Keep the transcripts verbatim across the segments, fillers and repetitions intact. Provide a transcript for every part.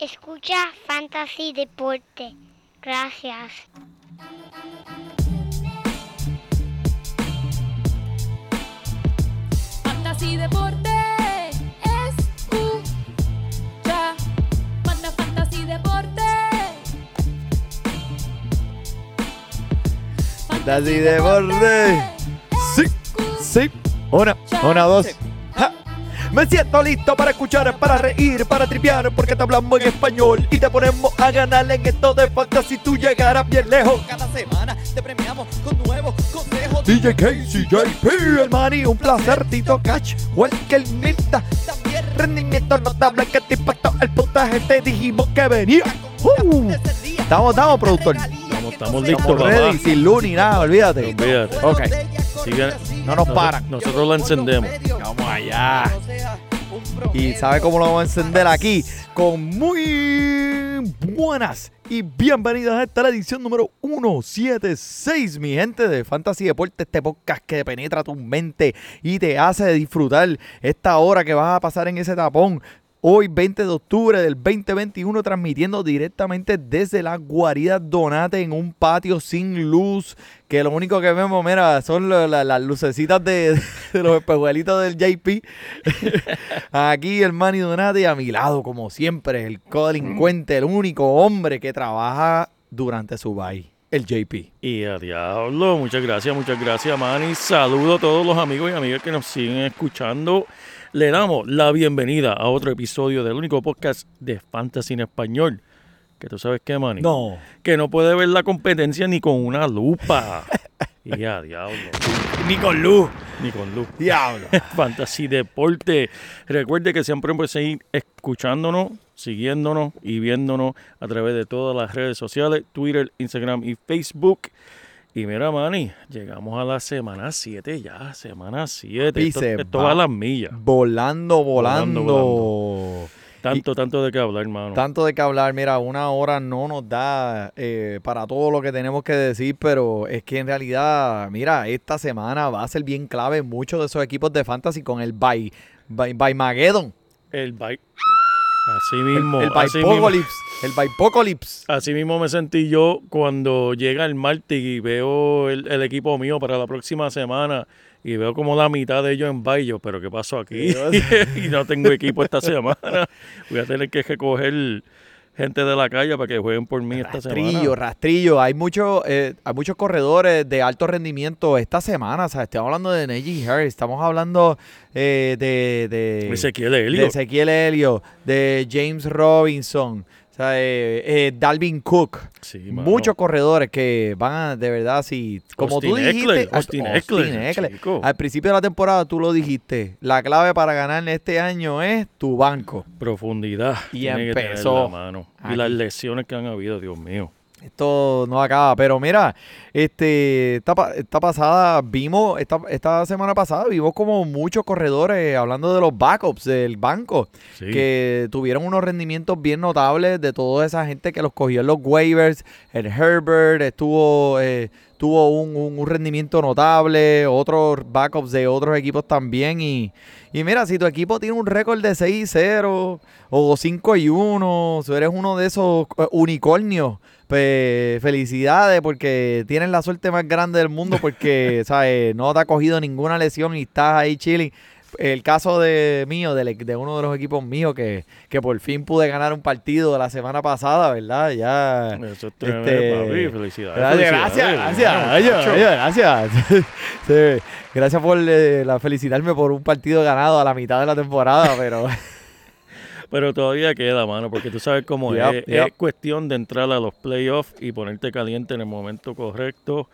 Escucha Fantasy Deporte. Gracias. Fantasy Deporte. Escucha. Manda Fantasy Deporte. Fantasy Deporte. Sí, sí. Una, una, dos. Ja. Me siento listo para escuchar, para reír, para tripear, porque te hablamos en español y te ponemos a ganar en esto de fantasy. Tú llegarás bien lejos. Cada semana te premiamos con nuevos consejos. D J Casey, J P, el Manny, un placer. Tito Cash, Walker Minta. También Rendimiento notable que te impactó el puntaje. Te dijimos que venía. Uh. Estamos, estamos, productor. Estamos, estamos listos, Estamos papá. ready, sin luz ni nada, olvídate. Olvídate. Ok, Sigue- no nos Nos- paran. Nosotros la encendemos. Vamos allá. ¿Y sabe cómo lo vamos a encender aquí? Con muy buenas y bienvenidas a esta la edición número ciento setenta y seis, mi gente de Fantasy Deporte, este podcast que penetra tu mente y te hace disfrutar esta hora que vas a pasar en ese tapón. Hoy, veinte de octubre del veinte veintiuno, transmitiendo directamente desde la guarida Donate en un patio sin luz, que lo único que vemos, mira, son lo- la- las lucecitas de, de los espejuelitos del J P. Aquí el Manny Donate y a mi lado, como siempre, el codelincuente, el único hombre que trabaja durante su bye, el J P. Y a diablo, muchas gracias, muchas gracias, Manny. Saludo a todos los amigos y amigas que nos siguen escuchando. Le damos la bienvenida a otro episodio del único podcast de Fantasy en español. Que tú sabes qué, Manny. No. Que no puede ver la competencia ni con una lupa. Y a diablo. Ni con luz. Ni con luz. Diablo. Fantasy Deporte. Recuerde que siempre puede seguir escuchándonos, siguiéndonos y viéndonos a través de todas las redes sociales, Twitter, Instagram y Facebook. Y mira, Manny, llegamos a la semana siete ya, semana siete. Y Esto, se esto va. va a las millas. Volando, volando. Volando, Tanto, tanto de qué hablar, hermano. Tanto de qué hablar, mira, una hora no nos da eh, para todo lo que tenemos que decir, pero es que en realidad, mira, esta semana va a ser bien clave en muchos de esos equipos de fantasy con el by, by, by Mageddon, El bike. Así mismo. el así mismo. Bipocalypse, el Bipocalypse. Así mismo me sentí yo cuando llega el martes y veo el, el equipo mío para la próxima semana y veo como la mitad de ellos en Bayo, pero ¿qué pasó aquí? Y no tengo equipo esta semana. Voy a tener que recoger gente de la calle para que jueguen por mí esta Rastrillo, semana. rastrillo. Hay muchos, eh, hay muchos corredores de alto rendimiento esta semana. O sea, estamos hablando de Najee Harris, estamos hablando eh, de, de Ezequiel de Elliott. Ezequiel Elliott, de James Robinson, o sea, eh, eh, Dalvin Cook. Sí, mano. Muchos corredores que van a, de verdad, así, como tú Austin dijiste, Eckler, Austin Eckler, Eckler. chico. Al principio de la temporada tú lo dijiste, la clave para ganar este año es tu banco. Profundidad. Y tiene que tener empezó la mano. aquí. Y las lesiones que han habido, Dios mío. Esto no acaba, pero mira, este, esta, pa- esta pasada vimos, esta, esta semana pasada vimos como muchos corredores hablando de los backups del banco, Sí. que tuvieron unos rendimientos bien notables de toda esa gente que los cogió en los waivers. El Herbert estuvo, eh, tuvo un, un- un rendimiento notable, otros backups de otros equipos también. Y, y mira, si tu equipo tiene un récord de seis y cero o cinco y uno, si eres uno de esos eh, unicornios, pues felicidades porque tienes la suerte más grande del mundo porque, ¿sabes? No te ha cogido ninguna lesión y estás ahí chilling. El caso de mío, de, de uno de los equipos míos que, que por fin pude ganar un partido la semana pasada, ¿verdad? Ya. Eso es tremendo, Este, papi. Felicidades. Gracias, felicidades. gracias, gracias, Bueno, gracias, muchacho. gracias. Sí, gracias por eh, la felicitarme por un partido ganado a la mitad de la temporada, pero Pero todavía queda, mano, porque tú sabes cómo Yep, es. yep. Es cuestión de entrar a los playoffs y ponerte caliente en el momento correcto.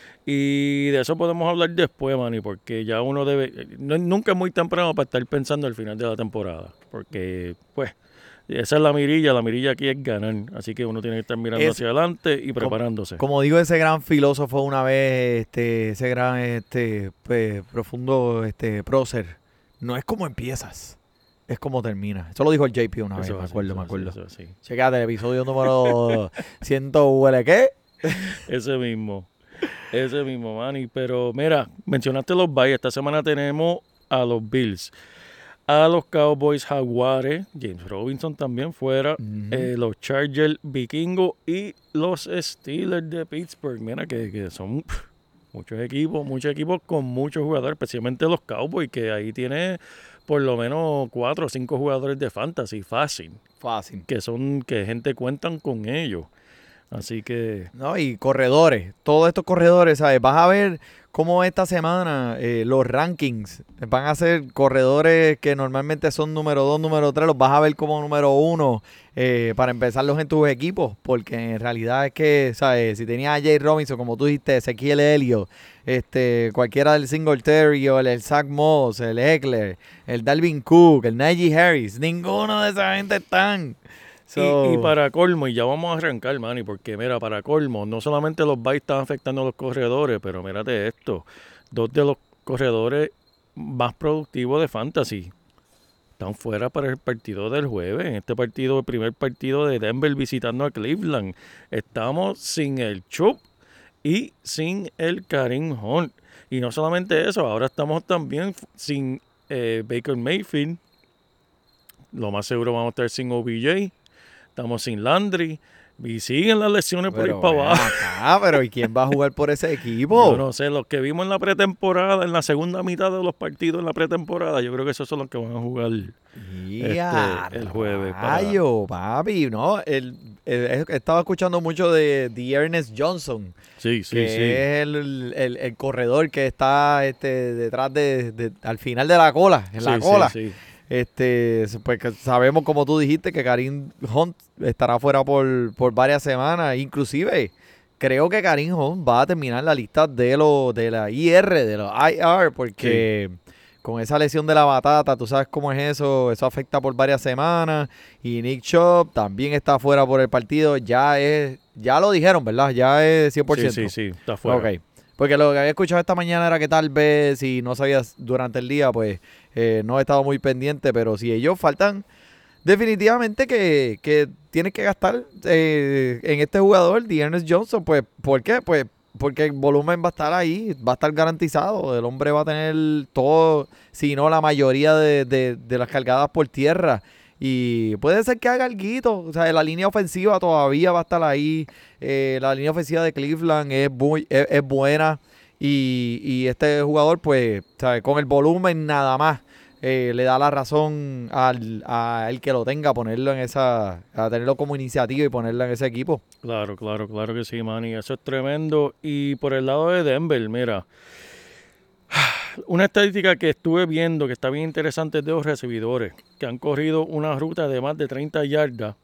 Y de eso podemos hablar después, Manny, porque ya uno debe... no- nunca es muy temprano para estar pensando al final de la temporada. Porque, pues, esa es la mirilla. La mirilla aquí es ganar. Así que uno tiene que estar mirando Es- hacia adelante y preparándose. como digo ese gran filósofo una vez, este, ese gran, este, pues, profundo, este, prócer, no es como empiezas, es como terminas. Eso lo dijo el J P una vez, Eso me es así, acuerdo, eso me es acuerdo. así, eso es así. Checate el episodio número ciento huele qué. Ese mismo. Ese mismo, Manny. Pero mira, mencionaste los Bayes. Esta semana tenemos a los Bills. a los Cowboys, Jaguares, James Robinson también fuera, Ujú. eh, los Chargers, Vikingos y los Steelers de Pittsburgh. Mira que, que son pff, muchos equipos, muchos equipos con muchos jugadores, especialmente los Cowboys, que ahí tiene por lo menos cuatro o cinco jugadores de fantasy fácil, Fácil. que son que gente cuentan con ellos. Así que No, y corredores, todos estos corredores, ¿sabes? Vas a ver cómo esta semana eh, los rankings van a ser corredores que normalmente son número dos, número tres, los vas a ver como número uno eh, para empezarlos en tus equipos, porque en realidad es que, ¿sabes? Si tenías a Jay Robinson, como tú dijiste, Ezequiel Elliott, este, cualquiera del Singletary, o el, el Zach Moss, el Eckler, el Dalvin Cook, el Najee Harris, ninguno de esa gente están. So, Y, y para colmo, y ya vamos a arrancar, Manny, porque mira, para colmo, no solamente los bytes están afectando a los corredores, pero mírate esto, dos de los corredores más productivos de fantasy están fuera para el partido del jueves. En este partido, el primer partido de Denver visitando a Cleveland, estamos sin el Chubb y sin el Kareem Hunt. Y no solamente eso, ahora estamos también sin eh, Baker Mayfield. Lo más seguro vamos a estar sin O B J. Estamos sin Landry. Y siguen las lesiones por pero ahí para ven abajo. acá, pero ¿y quién va a jugar por ese equipo? Yo no sé, los que vimos en la pretemporada, en la segunda mitad de los partidos en la pretemporada, yo creo que esos son los que van a jugar. Ya, este, el jueves para- rayo, papi, ¿no? El, el- estaba escuchando mucho de, de Ernest Johnson, Sí, sí, que sí. es el, el- el corredor que está este, detrás de, de- al final de la cola, en la Sí, cola. sí, sí. Este, pues que sabemos, como tú dijiste, que Kareem Hunt estará fuera por, por varias semanas. Inclusive, creo que Kareem Hunt va a terminar la lista de los de la I R, de los I R, porque con esa lesión de la batata, tú sabes cómo es eso, eso afecta por varias semanas. Y Nick Chubb también está fuera por el partido. Ya es, ya lo dijeron, ¿verdad? Ya es cien por ciento. Sí, sí, sí, está fuera. Ok. Porque lo que había escuchado esta mañana era que tal vez, si no sabías durante el día, pues eh, no he estado muy pendiente, pero si ellos faltan, definitivamente que, que tienes que gastar eh, en este jugador, de Ernest Johnson, pues, ¿por qué? Pues porque el volumen va a estar ahí, va a estar garantizado, el hombre va a tener todo, si no la mayoría de, de, de las cargadas por tierra. Y puede ser que haga alguito. O sea, la línea ofensiva todavía va a estar ahí. Eh, la línea ofensiva de Cleveland es muy es, es buena. Y, y este jugador, pues, ¿sabe? Con el volumen nada más, eh, le da la razón al, a el que lo tenga, a ponerlo en esa, a tenerlo como iniciativa y ponerlo en ese equipo. Claro, claro, claro que sí, Manny. Eso es tremendo. Y por el lado de Denver, mira, una estadística que estuve viendo que está bien interesante es de los recibidores que han corrido una ruta de más de treinta yardas.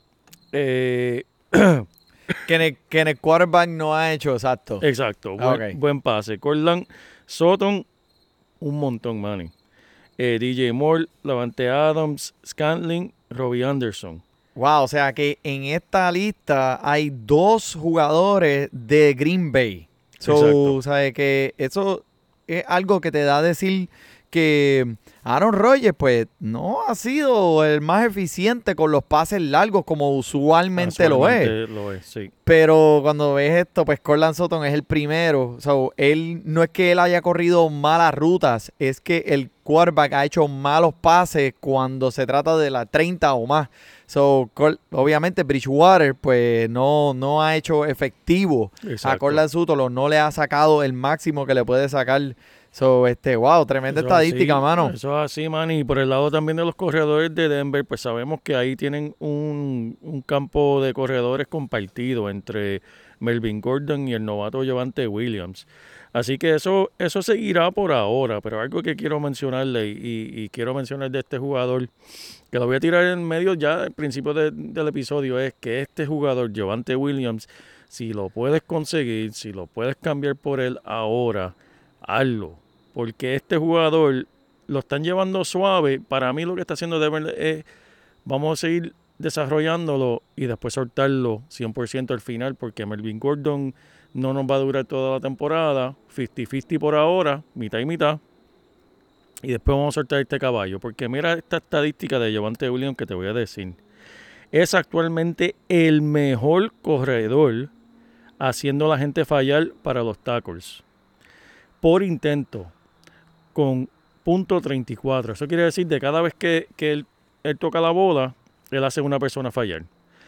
Eh, Que en, el, que en el quarterback no ha hecho, exacto. exacto, buen, Ok. buen pase. Cortland Sutton, un montón, Manny. Eh, D J Moore, Lavante Adams, Scantling, Robbie Anderson. Wow, o sea que en esta lista hay dos jugadores de Green Bay. So, Exacto. ¿sabes? Que eso es algo que te da a decir que Aaron Rodgers, pues, no ha sido el más eficiente con los pases largos como usualmente lo es. Casualmente Lo es, sí. Pero cuando ves esto, pues Cortland Sutton es el primero. O sea, él no es que él haya corrido malas rutas, es que el quarterback ha hecho malos pases cuando se trata de la treinta o más. So, Col- obviamente Bridgewater pues no, no ha hecho efectivo a Exacto. Cortland Sutton, o no le ha sacado el máximo que le puede sacar. So, este, wow, tremenda Eso es estadística, así, mano. Eso es así, man. Y por el lado también de los corredores de Denver, pues sabemos que ahí tienen un, un campo de corredores compartido entre Melvin Gordon y el novato Javonte Williams. Así que eso, eso seguirá por ahora, pero algo que quiero mencionarle y, y- y quiero mencionar de este jugador, que lo voy a tirar en medio ya al principio de- del episodio, es que este jugador, Javonte Williams, si lo puedes conseguir, si lo puedes cambiar por él ahora, hazlo. Porque este jugador lo están llevando suave. Para mí lo que está haciendo Denver es, vamos a seguir desarrollándolo y después soltarlo cien por ciento al final, porque Melvin Gordon no nos va a durar toda la temporada, cincuenta cincuenta por ahora, mitad y mitad, y después vamos a soltar este caballo, porque mira esta estadística de Javonte Williams que te voy a decir. Es actualmente el mejor corredor haciendo a la gente fallar para los tackles por intento, con punto treinta y cuatro. Eso quiere decir de cada vez que, que él, él toca la bola, él hace una persona fallar.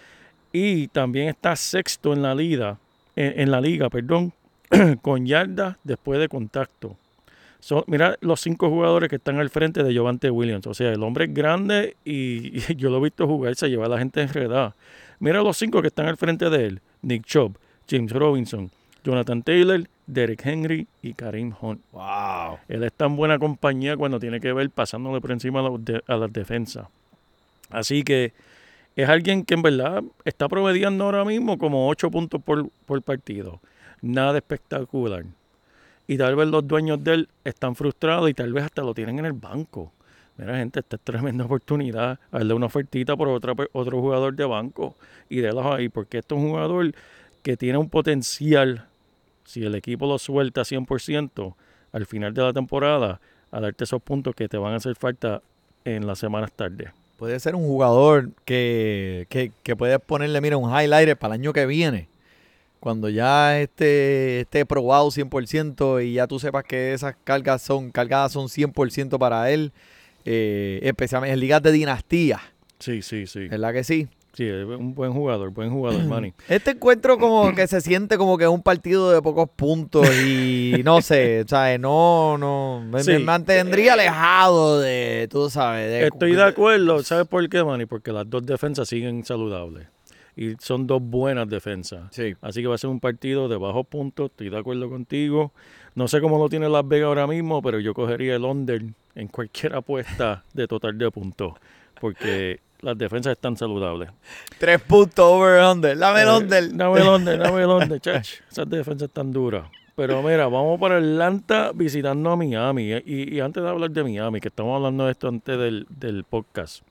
Y también está sexto en la liga, en, en la liga, perdón, con yardas después de contacto. So, mira los cinco jugadores que están al frente de Javonte Williams. O sea, el hombre es grande y, y yo lo he visto jugar, se lleva a la gente enredada. Mira los cinco que están al frente de él. Nick Chubb, James Robinson, Jonathan Taylor, Derek Henry y Kareem Hunt. Wow. Él está en buena compañía cuando tiene que ver pasándole por encima a, los de, a las defensas. Así que es alguien que en verdad está promediando ahora mismo como ocho puntos por, por partido. Nada espectacular. Y tal vez los dueños de él están frustrados y tal vez hasta lo tienen en el banco. Mira, gente, esta es tremenda oportunidad. Darle una ofertita por otra, otro jugador de banco y délos ahí, porque esto es un jugador que tiene un potencial, si el equipo lo suelta cien por ciento al final de la temporada, a darte esos puntos que te van a hacer falta en las semanas tarde. Puede ser un jugador que, que, que puedes ponerle, mira, un highlighter para el año que viene. Cuando ya esté, esté probado cien por ciento y ya tú sepas que esas cargas son cargadas son cien por ciento para él, eh, especialmente en ligas de dinastía. Sí, sí, sí. ¿Verdad que sí? Sí, es un buen jugador, buen jugador, Manny. Este encuentro como que se siente como que es un partido de pocos puntos y no sé, ¿sabes? No, no, me, Sí. me mantendría alejado de, tú sabes. De, Estoy de acuerdo. ¿Sabes por qué, Manny? Porque las dos defensas siguen saludables. Y son dos buenas defensas. Sí. Así que va a ser un partido de bajos puntos. Estoy de acuerdo contigo. No sé cómo lo tiene Las Vegas ahora mismo, pero yo cogería el under en cualquier apuesta de total de puntos. Porque las defensas están saludables. Tres puntos over under. Dame el Eh, under. Dame el under, dame el under, chach. Esas defensas están duras. Pero mira, vamos para Atlanta visitando a Miami. Y, y antes de hablar de Miami, que estamos hablando de esto antes del, del podcast.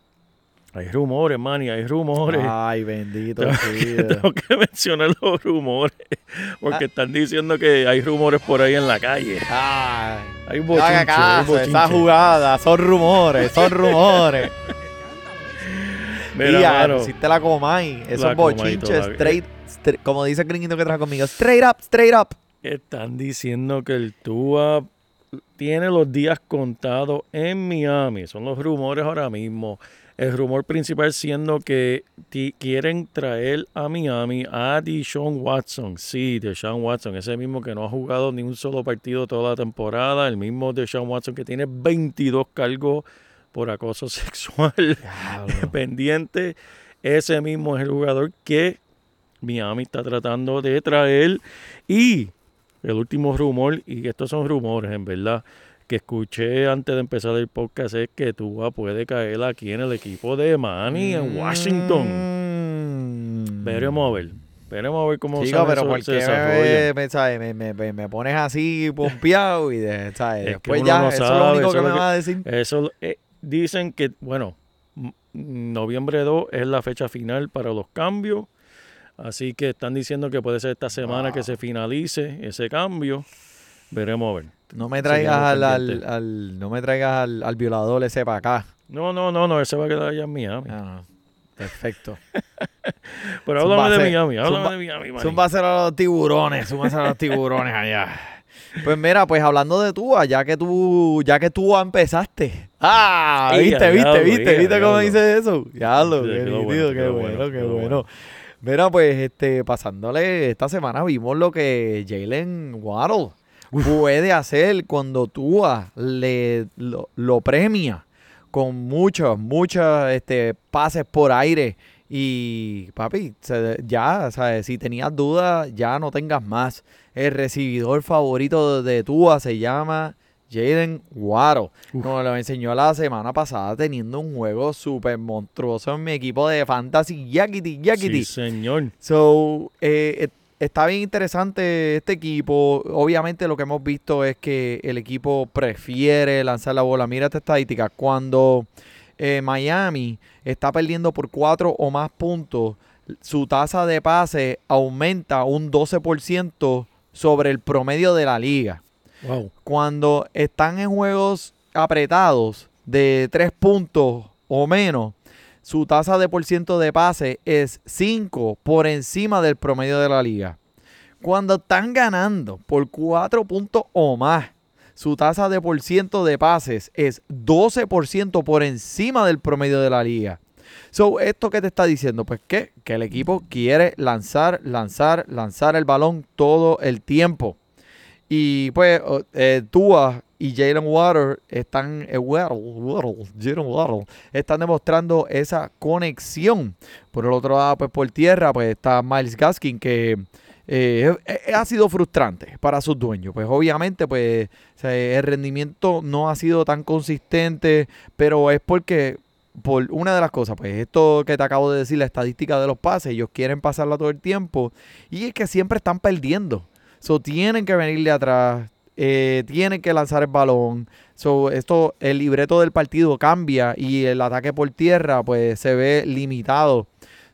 Hay rumores, Manny, hay rumores. Ay, bendito. Tengo sí. que, tengo que mencionar los rumores. Porque están diciendo que hay rumores por ahí en la calle. Ay, Hay no bochinche, haga hay caso, esa bochinche. jugada, son rumores, son rumores. Mira, Mira, mano, pusiste la Comay, esos La Comay bochinches, todavía. straight, straight, como dice el gringuito que trajo conmigo, straight up, straight up. están diciendo que el Tua tiene los días contados en Miami. Son los rumores ahora mismo. El rumor principal siendo que ti- quieren traer a Miami a Deshaun Watson. Sí, Deshaun Watson, ese mismo que no ha jugado ni un solo partido toda la temporada. El mismo Deshaun Watson que tiene veintidós cargos por acoso sexual pendiente. Ese mismo es el jugador que Miami está tratando de traer. Y el último rumor, y estos son rumores en verdad, que escuché antes de empezar el podcast, es que Tua puede caer aquí en el equipo de Manny en Washington. Mm. Veremos a ver. Veremos a ver cómo Chico, se, pero eso- ¿por se qué desarrolla. me, me, ¿sabes? me, me, me- me pones así pompeado y de, ¿sabes? Es que Después uno ya, no eso es sabe, lo único eso que es me lo que- vas a decir. Eso eh, dicen que, bueno, m- noviembre dos es la fecha final para los cambios. Así que están diciendo que puede ser esta semana que se finalice ese cambio. Veremos a ver. No me traigas Seguimos al, al, pendientes. al- no me traigas al, al violador ese para acá. No, no, no, no, ese va a quedar allá en Miami. Ah, no. Perfecto. Pero Zumba, háblame de se- Miami, háblame zumba- de Miami, Manny. Zúmbaselo a los tiburones, zúmbaselo a los tiburones allá. Pues mira, pues hablando de Tua, ya que tú, ya que tú empezaste. Ah, Ey, viste, a viste, diablo, viste, ey, a viste cómo diablo. dice eso. Ya lo, Sí, qué quedó bueno, nítido, qué quedó bueno, bueno, qué quedó bueno. bueno. Mira, pues, este, pasándole esta semana vimos lo que Jalen Waddle puede hacer cuando Tua le lo, lo premia con muchos, muchos este, pases por aire. Y papi, se- ya, ¿sabes? Si tenías dudas, ya no tengas más. El recibidor favorito de Tua se llama Jalen Waddle. Nos lo enseñó la semana pasada teniendo un juego súper monstruoso en mi equipo de fantasy. Yakiti, yakiti. Sí, señor. So, eh, eh, está bien interesante este equipo. Obviamente lo que hemos visto es que el equipo prefiere lanzar la bola. Mira esta estadística. Cuando eh, Miami está perdiendo por cuatro o más puntos, su tasa de pase aumenta un doce por ciento sobre el promedio de la liga. Wow. Cuando están en juegos apretados de tres puntos o menos, su tasa de por ciento de pase es cinco por encima del promedio de la liga. Cuando están ganando por cuatro puntos o más, su tasa de por ciento de pases es doce por ciento por encima del promedio de la liga. So, ¿esto qué te está diciendo? Pues que, que el equipo quiere lanzar, lanzar, lanzar el balón todo el tiempo. Y pues eh, Tua y Jalen Waddle están, eh, Waddle, Waddle, Jalen Waddle, están demostrando esa conexión. Por el otro lado, pues por tierra, pues está Myles Gaskin, que eh, eh, ha sido frustrante para sus dueños. Pues obviamente, pues o sea, el rendimiento no ha sido tan consistente, pero es porque por una de las cosas, pues esto que te acabo de decir, la estadística de los pases, ellos quieren pasarla todo el tiempo y es que siempre están perdiendo. So, tienen que venirle atrás, eh, tienen que lanzar el balón. So, esto, el libreto del partido cambia y el ataque por tierra, pues, se ve limitado.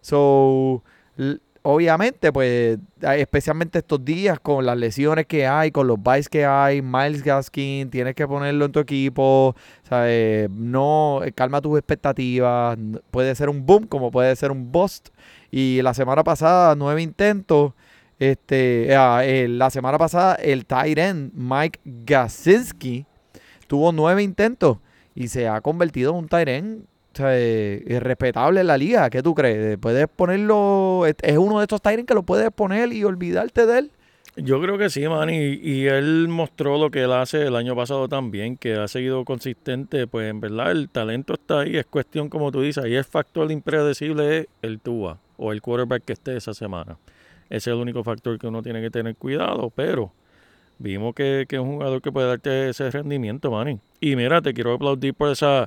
So, l- obviamente, pues, especialmente estos días con las lesiones que hay, con los byes que hay, Myles Gaskin, tienes que ponerlo en tu equipo. ¿Sabes? No, calma tus expectativas. Puede ser un boom como puede ser un bust. Y la semana pasada, nueve intentos. Este, eh, la semana pasada el tight end Mike Gesicki tuvo nueve intentos y se ha convertido en un tight end, o sea, eh, respetable en la liga. ¿Qué tú crees? ¿Puedes ponerlo? ¿Es uno de estos tight ends que lo puedes poner y olvidarte de él? Yo creo que sí, man, y, y él mostró lo que él hace el año pasado también, que ha seguido consistente. Pues en verdad el talento está ahí, es cuestión, como tú dices, ahí el factor impredecible es el Tua o el quarterback que esté esa semana. Ese es el único factor que uno tiene que tener cuidado, pero vimos que, que es un jugador que puede darte ese rendimiento, Manny. Y mira, te quiero aplaudir por esa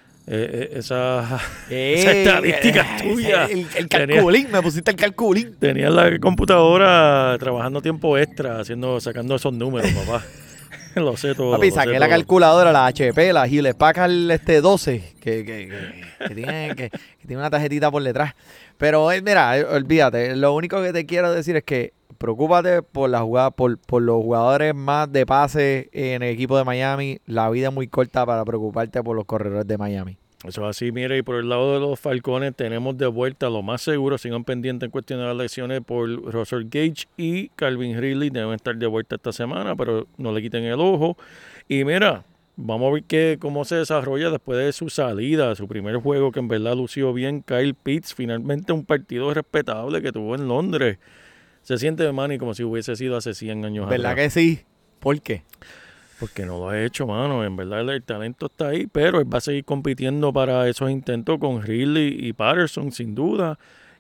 eh, eh, esa, esa estadística tuya. El, el calculín, Tenía, me pusiste el calculín. Tenías la computadora trabajando tiempo extra, haciendo, sacando esos números, papá. Lo sé todo. Papi, lo saqué sé la todo. calculadora, la H P, la Hewlett Packard este doce, que, que, que, que, tiene, que, que tiene una tarjetita por detrás. Pero eh, mira, eh, olvídate, lo único que te quiero decir es que preocúpate por la jugada, por, por los jugadores más de pase en el equipo de Miami. La vida es muy corta para preocuparte por los corredores de Miami. Eso es así, mire, y por el lado de los Falcones tenemos de vuelta lo más seguro, sigan pendientes en cuestión de las lesiones por Russell Gage y Calvin Ridley, deben estar de vuelta esta semana, pero no le quiten el ojo. Y mira, vamos a ver qué, cómo se desarrolla después de su salida, su primer juego que en verdad lució bien, Kyle Pitts, finalmente un partido respetable que tuvo en Londres. Se siente, Manny, como si hubiese sido hace cien años atrás. ¿Verdad que sí? ¿Por qué? Porque no lo ha hecho, mano. En verdad el, el talento está ahí, pero él va a seguir compitiendo para esos intentos con Ridley y Patterson, sin duda.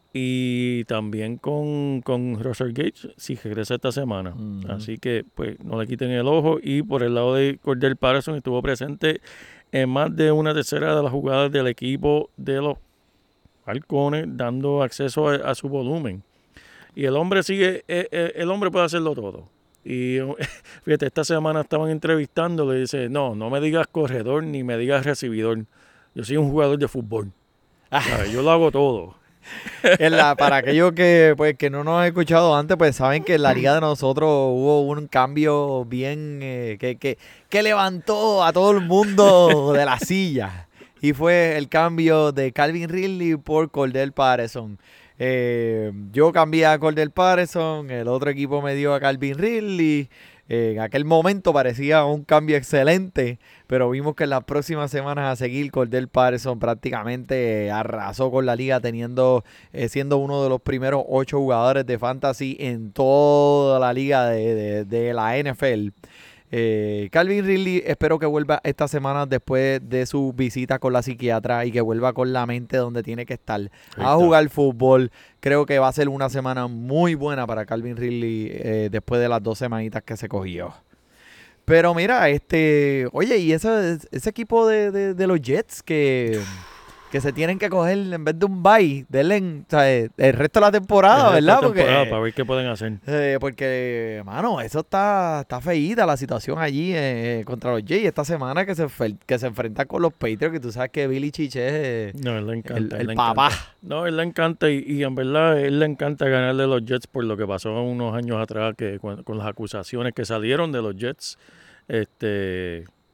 Y también con, con Russell Gage, si regresa esta semana. Uh-huh. Así que, pues, no le quiten el ojo. Y por el lado de Cordell Patterson, estuvo presente en más de una tercera de las jugadas del equipo de los Falcones, dando acceso a, a su volumen. Y el hombre sigue, eh, eh, el hombre puede hacerlo todo. Y fíjate, esta semana estaban entrevistándole y dice, no, no me digas corredor ni me digas recibidor. Yo soy un jugador de fútbol. Ah. Yo lo hago todo. En la, para aquellos que, pues, que no nos han escuchado antes, pues saben que en la liga de nosotros hubo un cambio bien eh, que, que, que levantó a todo el mundo de la silla. Y fue el cambio de Calvin Ridley por Cordell Patterson. Eh, yo cambié a Cordell Patterson, el otro equipo me dio a Calvin Ridley. Eh, en aquel momento parecía un cambio excelente, pero vimos que en las próximas semanas a seguir Cordell Patterson prácticamente eh, arrasó con la liga, teniendo eh, siendo uno de los primeros ocho jugadores de fantasy en toda la liga de, de, de la N F L. Eh, Calvin Ridley espero que vuelva esta semana después de su visita con la psiquiatra y que vuelva con la mente donde tiene que estar a jugar fútbol. Creo que va a ser una semana muy buena para Calvin Ridley eh, después de las dos semanitas que se cogió. Pero mira, este, oye, y ese, ese equipo de, de, de los Jets que, que se tienen que coger en vez de un bye, denle en, o sea, el resto de la temporada, el ¿verdad? resto de temporada, porque, para ver qué pueden hacer. Eh, porque, mano, eso está, está feíta la situación allí eh, contra los Jets esta semana que se, que se enfrentan con los Patriots, que tú sabes que Billy Chiche es no, él le encanta, el, el le papá. Encanta. No, él le encanta y, y en verdad él le encanta ganarle a los Jets por lo que pasó unos años atrás que con, con las acusaciones que salieron de los Jets. Este...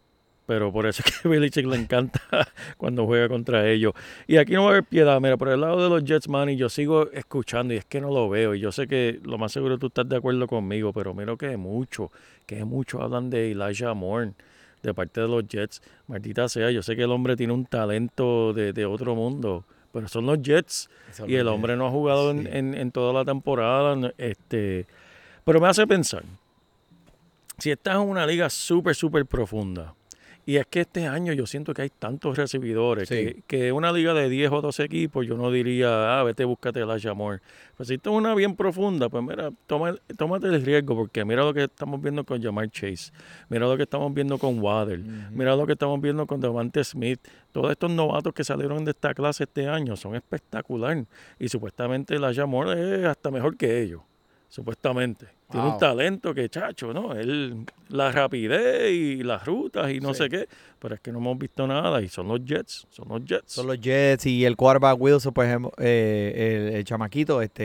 pero por eso es que a Belichick le encanta cuando juega contra ellos. Y aquí no va a haber piedad. Mira, por el lado de los Jets, man, y yo sigo escuchando y es que no lo veo. Y yo sé que lo más seguro tú estás de acuerdo conmigo, pero mira que mucho, que mucho hablan de Elijah Moore de parte de los Jets. Maldita sea, yo sé que el hombre tiene un talento de, de otro mundo, pero son los Jets. Son y los el hombre Jets. no ha jugado Sí. en, en, en toda la temporada. no- Este, pero me hace pensar, si estás en una liga súper, súper profunda, y es que este año yo siento que hay tantos recibidores, Sí. que, que una liga de diez o doce equipos, yo no diría, ah, vete, búscate el Amor. Pues si estás en una bien profunda, pues mira, toma, el- tómate el riesgo, porque mira lo que estamos viendo con Jamar Chase, mira lo que estamos viendo con Waddle, mira lo que estamos viendo con Devante Smith. Todos estos novatos que salieron de esta clase este año son espectaculares. Y supuestamente el Amor es hasta mejor que ellos. Supuestamente. Tiene Wow. un talento que, chacho, ¿no? Él, la rapidez y las rutas y no Sí. sé qué. Pero es que no hemos visto nada y son los Jets. Son los Jets. Son los Jets y el quarterback Wilson, pues eh, el, el chamaquito, este,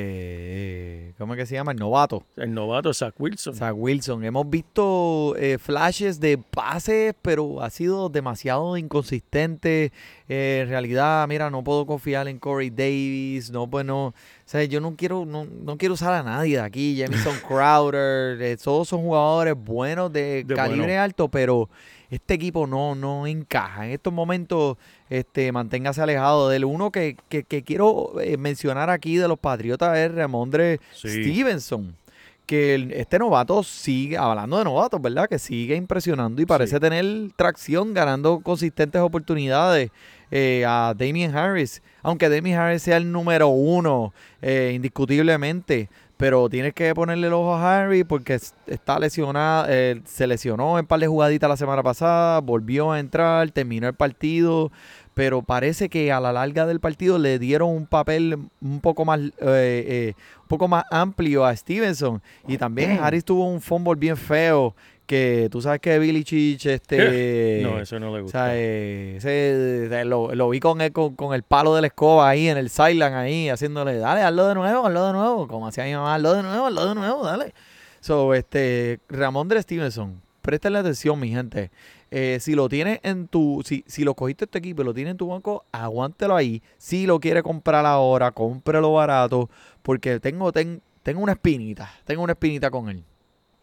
eh, ¿cómo es que se llama? El novato. El novato Zach Wilson. Zach Wilson. Hemos visto eh, flashes de pases, pero ha sido demasiado inconsistente. Eh, en realidad, mira, no puedo confiar en Corey Davis. No, pues no. O sea, yo no quiero, no, no quiero usar a nadie de aquí. Jamison Crowder. eh, todos son jugadores buenos de, De calibre bueno. alto, pero este equipo no, no encaja. En estos momentos, este, manténgase alejado del uno que, que, que quiero eh, mencionar aquí de los Patriotas es Ramondre Sí. Stevenson. Que el- este novato sigue, hablando de novatos, ¿verdad? Que sigue impresionando y parece Sí. tener tracción, ganando consistentes oportunidades eh, a Damien Harris. Aunque Damien Harris sea el número uno, eh, indiscutiblemente. Pero tienes que ponerle el ojo a Harris porque es- está lesionado, eh, se lesionó en par de jugaditas la semana pasada, volvió a entrar, terminó el partido, pero parece que a la larga del partido le dieron un papel un poco más, eh, eh, un poco más amplio a Stevenson. Y también Harris tuvo un fumble bien feo que tú sabes que Billy Chich, este... No, eso no le O gusta. sea, eh, ese, de- lo, lo vi con el, con, con el palo de la escoba ahí en el sideline ahí, haciéndole, dale, hazlo de nuevo, hazlo de nuevo, como hacía mi mamá, hazlo de nuevo, hazlo de nuevo, dale. So, este, Ramondre Stevenson, préstale atención, mi gente. Eh, si lo tienes en tu, si, si lo cogiste este equipo y lo tienes en tu banco, aguántelo ahí. Si lo quiere comprar ahora, cómprelo barato, porque tengo, ten- tengo una espinita, tengo una espinita con él.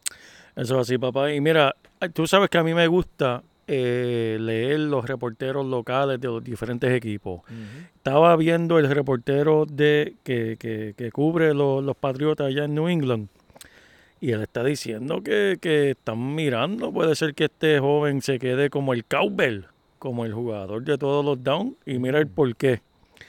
Eso es así, papá. Y mira, tú sabes que a mí me gusta eh, leer los reporteros locales de los diferentes equipos. Estaba viendo el reportero de que, que, que cubre los, los Patriotas allá en New England. Y él está diciendo que, que están mirando. Puede ser que este joven se quede como el cowbell, como el jugador de todos los downs. Y mira el por qué.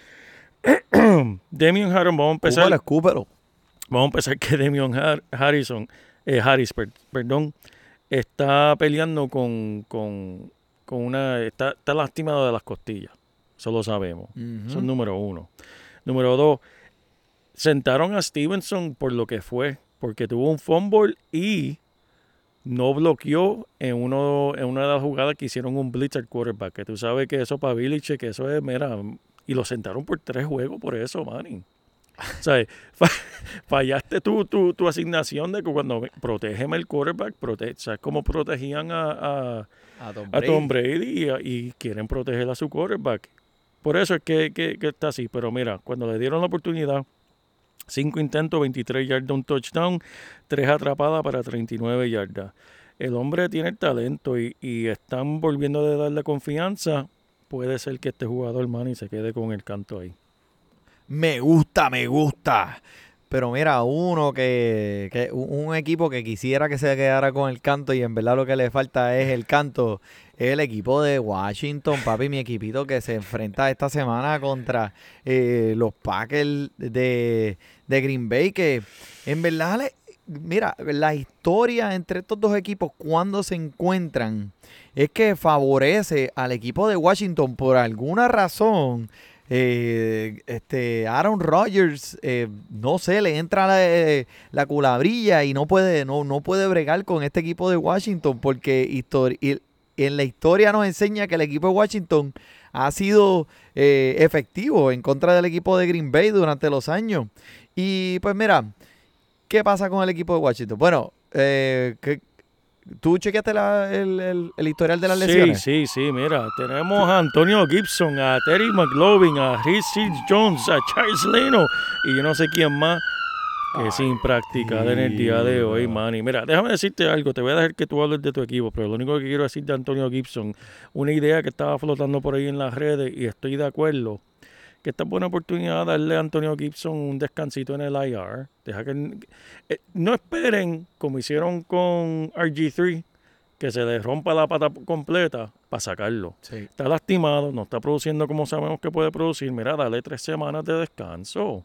Damian Harrison, vamos a empezar. Escúpelo, escúpelo. Vamos a empezar que Damian Har- Harrison, eh, Harris, per- perdón, está peleando con, con, con una, está, está lastimado de las costillas. Eso lo sabemos. Ujú. Eso es número uno. Número dos, sentaron a Stevenson por lo que fue, porque tuvo un fumble y no bloqueó en uno en una de las jugadas que hicieron un blitz al quarterback. Que tú sabes que eso para Belichick, que eso es, mira, y lo sentaron por tres juegos por eso, Manny. O sea, fa- fallaste tu, tu, tu asignación de que cuando protégeme el quarterback, prote ¿sabes cómo protegían a, a, A Tom a Tom Brady y, a- y quieren proteger a su quarterback? Por eso es que, que, que está así. Pero mira, cuando le dieron la oportunidad, cinco intentos, veintitrés yardas, un touchdown, tres atrapadas para treinta y nueve yardas. El hombre tiene el talento y, y están volviendo a darle confianza. Puede ser que este jugador, Manny, se quede con el canto ahí. Me gusta, me gusta. Pero mira, uno que, que un un equipo que quisiera que se quedara con el canto y en verdad lo que le falta es el canto, es el equipo de Washington, papi, mi equipito que se enfrenta esta semana contra eh, los Packers de, de Green Bay, que en verdad, le- mira, la historia entre estos dos equipos cuando se encuentran es que favorece al equipo de Washington por alguna razón. Eh, este Aaron Rodgers, eh, no sé, le entra la, eh, la culabrilla y no puede, no, no puede bregar con este equipo de Washington porque histori- y- en la historia nos enseña que el equipo de Washington ha sido eh, efectivo en contra del equipo de Green Bay durante los años. Y pues mira, ¿qué pasa con el equipo de Washington? Bueno, eh, que ¿Tú chequeaste la- el, el- el historial de las Sí, lesiones? sí, sí, mira, tenemos a Antonio Gibson, a Terry McLovin, a Rhys Jones, a Charles Leno y yo no sé quién más que sin practicar en el día de hoy, tío. Manny. Mira, déjame decirte algo, te voy a dejar que tú hables de tu equipo, pero lo único que quiero decir de Antonio Gibson, una idea que estaba flotando por ahí en las redes y estoy de acuerdo, que esta es buena oportunidad de darle a Antonio Gibson un descansito en el I R. Deja que eh, no esperen, como hicieron con R G tres, que se le rompa la pata completa para sacarlo. Sí. Está lastimado, no está produciendo como sabemos que puede producir. Mira, dale tres semanas de descanso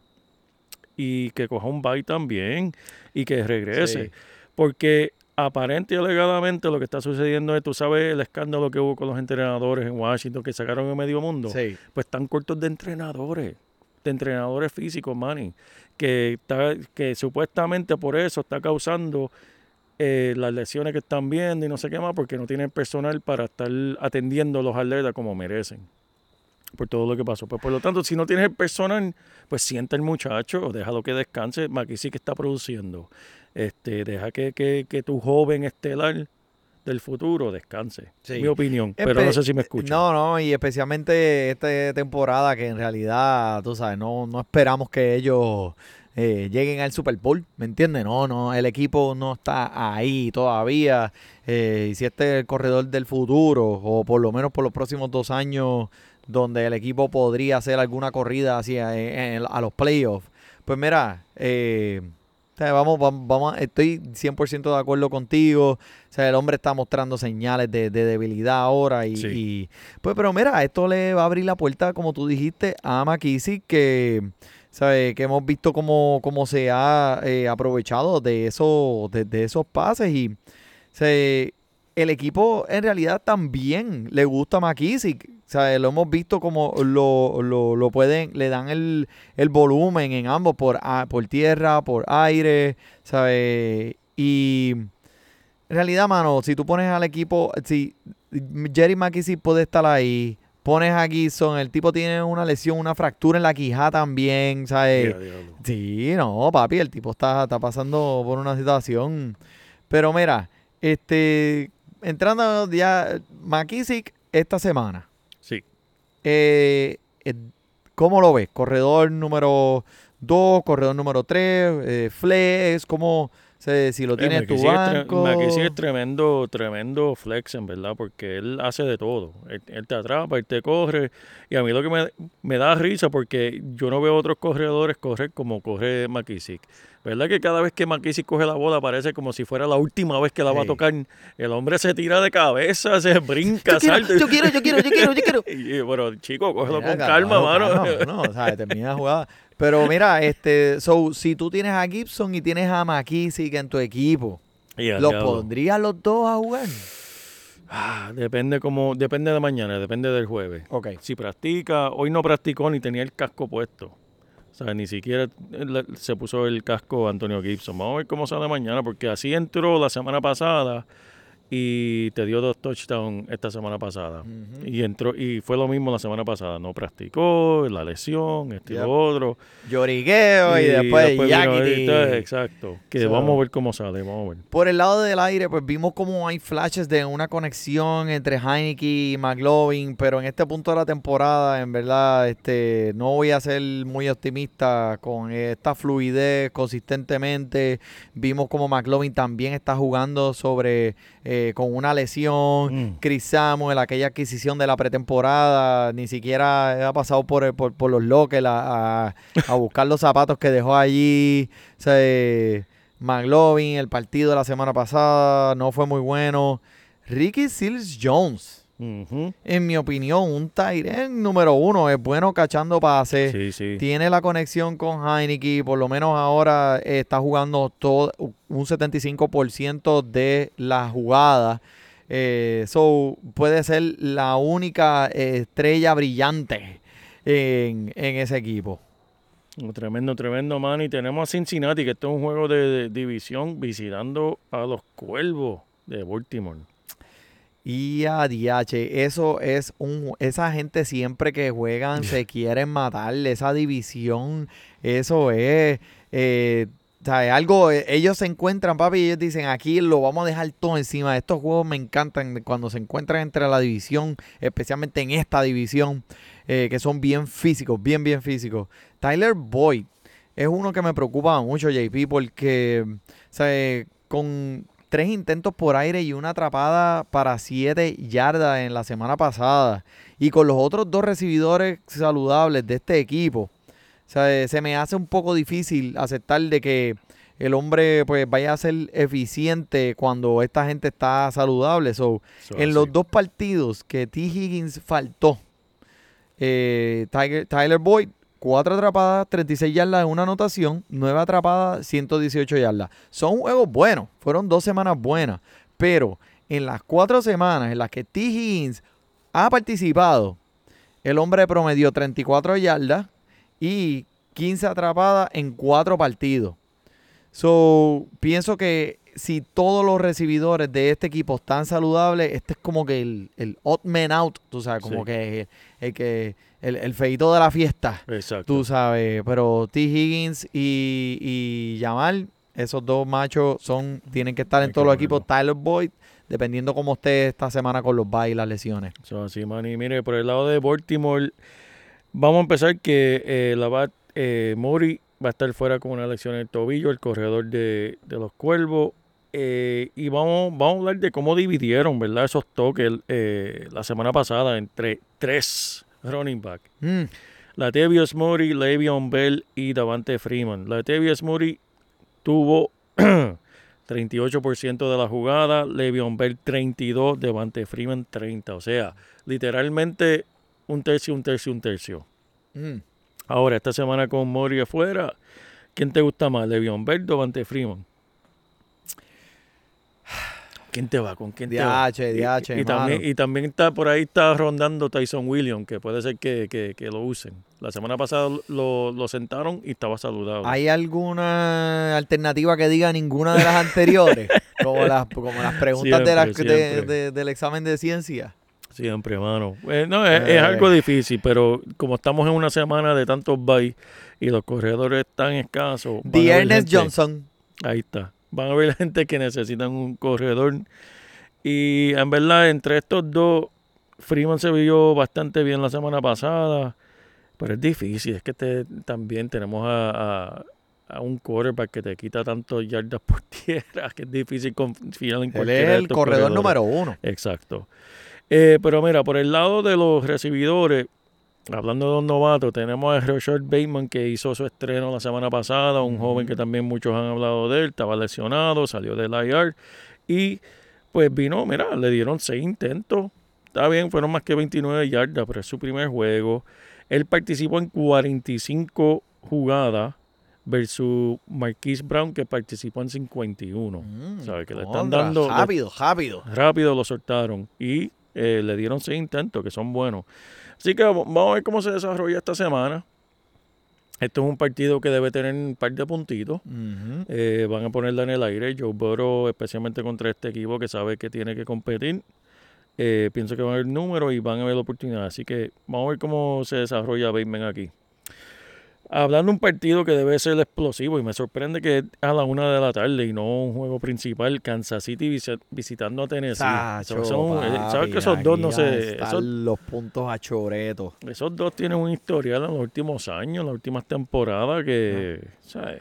y que coja un bye también y que regrese. Sí. Porque aparente y alegadamente lo que está sucediendo es, tú sabes, el escándalo que hubo con los entrenadores en Washington que sacaron en medio mundo. Sí. Pues están cortos de entrenadores, de entrenadores físicos, Manny, que, está, que supuestamente por eso está causando eh, las lesiones que están viendo y no sé qué más, porque no tienen personal para estar atendiendo a los atletas como merecen, por todo lo que pasó. Pues por lo tanto, si no tienes el personal, pues sienta el muchacho, déjalo que descanse. Aquí sí que está produciendo. Este, deja que, que, que tu joven estelar del futuro descanse. Sí. Mi opinión, Espe- pero no sé si me escuchan. No, no, y especialmente esta temporada que en realidad, tú sabes, no, no esperamos que ellos eh, lleguen al Super Bowl, ¿me entiendes? No, no, el equipo no está ahí todavía. Eh, y si este es el corredor del futuro, o por lo menos por los próximos dos años, donde el equipo podría hacer alguna corrida hacia en- en- a los playoffs, pues mira, eh, o sea, vamos, vamos, vamos a- estoy cien por ciento de acuerdo contigo. O sea, el hombre está mostrando señales de, de debilidad ahora. Y, Sí. y, pues, pero mira, esto le va a abrir la puerta, como tú dijiste, a McKissick, que, ¿sabe? Que hemos visto cómo, cómo se ha eh, aprovechado de, eso, de, de esos pases. Y o sea, el equipo en realidad también le gusta a McKissick. O sea, lo hemos visto como lo, lo, lo pueden, le dan el, el volumen en ambos, por, a- por tierra, por aire, ¿sabes? Y en realidad, mano, si tú pones al equipo, si Jerry McKissick puede estar ahí, pones a Gibson, el tipo tiene una lesión, una fractura en la quijada también, ¿sabes? Ya, diablo. Sí, no, papi, el tipo está, está pasando por una situación. Pero mira, este, entrando ya, McKissick esta semana. Sí. Eh, eh, ¿Cómo lo ves? Corredor número dos, corredor número tres, eh, flex, ¿cómo? Se, si lo tienes en tu McKissick es tre- banco. McKissick es tremendo, tremendo flex, en verdad, porque él hace de todo. Él, él te atrapa, él te corre. Y a mí lo que me, me da risa, porque yo no veo otros corredores correr como corre McKissick. ¿Verdad que cada vez que McKissick coge la bola parece como si fuera la última vez que la va a Sí. tocar? El hombre se tira de cabeza, se brinca, Yo quiero, salta. yo quiero, yo quiero, yo quiero, yo quiero. Y, bueno, chico, cógelo Mira, con calma, mano. No, no, o sea, termina la jugada. Pero mira, este, so, si tú tienes a Gibson y tienes a McKissick en tu equipo, Y al ¿los diablo. pondrías los dos a jugar? Ah, depende como, depende de mañana, depende del jueves. Ok. Si practica, hoy no practicó ni tenía el casco puesto. O sea, ni siquiera él- se puso el casco Antonio Gibson. Vamos a ver cómo sale mañana, porque así entró la semana pasada y te dio dos touchdowns esta semana pasada. Ujú. Y entró y fue lo mismo la semana pasada. No practicó, la lesión, este y Yep. lo otro. Llorigueo y, después, vino yaquiti. ahorita, exacto. Que So- vamos a ver cómo sale, vamos a ver. Por el lado del aire, pues vimos como hay flashes de una conexión entre Heineke y McLovin, pero en este punto de la temporada, en verdad, este, no voy a ser muy optimista con esta fluidez consistentemente. Vimos como McLovin también está jugando sobre eh, con una lesión. Mm. Chris Samuel, aquella adquisición de la pretemporada, ni siquiera ha pasado por, el- por, por los lockers a, a- a buscar los zapatos que dejó allí. O sea, eh, McLovin, el partido de la semana pasada no fue muy bueno. Ricky Seals Jones, Ujú. en mi opinión, un tight end número uno, es bueno cachando pases. Sí, sí. Tiene la conexión con Heineke, por lo menos ahora eh, está jugando todo un setenta y cinco por ciento de la jugada. Eh, so, puede ser la única eh, estrella brillante en, en ese equipo. Oh, tremendo, tremendo, man. Y tenemos a Cincinnati, que esto es un juego de, de división, visitando a los Cuervos de Baltimore. Y a D H, eso es un, esa gente siempre que juegan se quieren matar, esa división, eso es, eh, ¿sabes? Algo, eh, ellos se encuentran, papi, y ellos dicen, aquí lo vamos a dejar todo encima. Estos juegos me encantan cuando se encuentran entre la división, especialmente en esta división, eh, que son bien físicos, bien, bien físicos. Tyler Boyd es uno que me preocupa mucho, J P, porque, ¿sabes? Con tres intentos por aire y una atrapada para siete yardas en la semana pasada, y con los otros dos recibidores saludables de este equipo, o sea, se me hace un poco difícil aceptar de que el hombre pues vaya a ser eficiente cuando esta gente está saludable. So, Eso en así. los dos partidos que T. Higgins faltó, eh, Tiger- Tyler Boyd, cuatro atrapadas, treinta y seis yardas en una anotación, nueve atrapadas, ciento dieciocho yardas. Son juegos buenos, fueron dos semanas buenas, pero en las cuatro semanas en las que T. Higgins ha participado, el hombre promedió treinta y cuatro yardas y quince atrapadas en cuatro partidos. So, pienso que si todos los recibidores de este equipo están saludables, este es como que el, el odd man out, tú sabes, como Sí. que el, el que el, el feíto de la fiesta, Exacto. tú sabes. Pero T. Higgins y, y Jamal, esos dos machos son tienen que estar Hay en que todos los equipos. ponerlo. Tyler Boyd, dependiendo cómo esté esta semana con los bye y las lesiones. Eso así, man. Y mire, por el lado de Baltimore, vamos a empezar que eh, la bat, eh, Murray va a estar fuera con una lesión en el tobillo, el corredor de, de los Cuervos. Eh, y vamos, vamos a hablar de cómo dividieron, ¿verdad? Esos toques eh, la semana pasada entre tres running back. Mm. Latavius Murray, Le'Veon Bell y Davante Freeman. Latavius Murray tuvo treinta y ocho por ciento de la jugada, Le'Veon Bell treinta y dos, Davante Freeman treinta. O sea, literalmente un tercio, un tercio, un tercio. Mm. Ahora, esta semana con Murray afuera, ¿quién te gusta más, Le'Veon Bell o Davante Freeman? ¿Quién te va? ¿Con quién te va? Diache, Y- diache, y, y también, mano. y también está por ahí está rondando Tyson Williams, que puede ser que, que, que lo usen. La semana pasada lo, lo sentaron y estaba saludable. ¿Hay alguna alternativa que diga ninguna de las anteriores? Como las, como las preguntas de las- Siempre, de- siempre. de- del examen de ciencia. Siempre, hermano. Eh, no, es, Eh. es algo difícil, pero como estamos en una semana de tantos byes y los corredores están escasos. van a The haber Ernest gente- Johnson. Ahí está. Van a haber gente que necesitan un corredor. Y en verdad, entre estos dos, Freeman se vio bastante bien la semana pasada. Pero es difícil. Es que te, también tenemos a, a, a un quarterback que te quita tantos yardas por tierra que es difícil confiar en Él cualquiera es de el estos corredor corredores. número uno. Exacto. Eh, pero mira, por el lado de los recibidores, hablando de los novatos, tenemos a Rashard Bateman que hizo su estreno la semana pasada, un joven que también muchos han hablado de él, estaba lesionado, salió del I R y pues vino, mira, le dieron seis intentos, está bien, fueron más que veintinueve yardas, pero es su primer juego. Él participó en cuarenta y cinco jugadas versus Marquise Brown que participó en cincuenta y uno. Mm, ¿Sabe? Que le están contra, dando... le- Rápido, rápido. rápido lo soltaron y eh, le dieron seis intentos que son buenos. Así que vamos vamos a ver cómo se desarrolla esta semana. Esto es un partido que debe tener un par de puntitos. Ujú. Eh, van a ponerla en el aire. Joe Burrow, especialmente contra este equipo que sabe que tiene que competir. Eh, pienso que van a haber números y van a haber oportunidades. Así que vamos a ver cómo se desarrolla Bateman aquí. Hablando de un partido que debe ser explosivo y me sorprende que es a la una de la tarde y no un juego principal, Kansas City visi- visitando a Tennessee. Sacho, Esos son- eh, ¿Sabes papi, que esos dos no aquí van a se... estar Esos, los puntos a choreto. esos dos tienen un historial en los últimos años, en las últimas temporadas que... ¿sabes?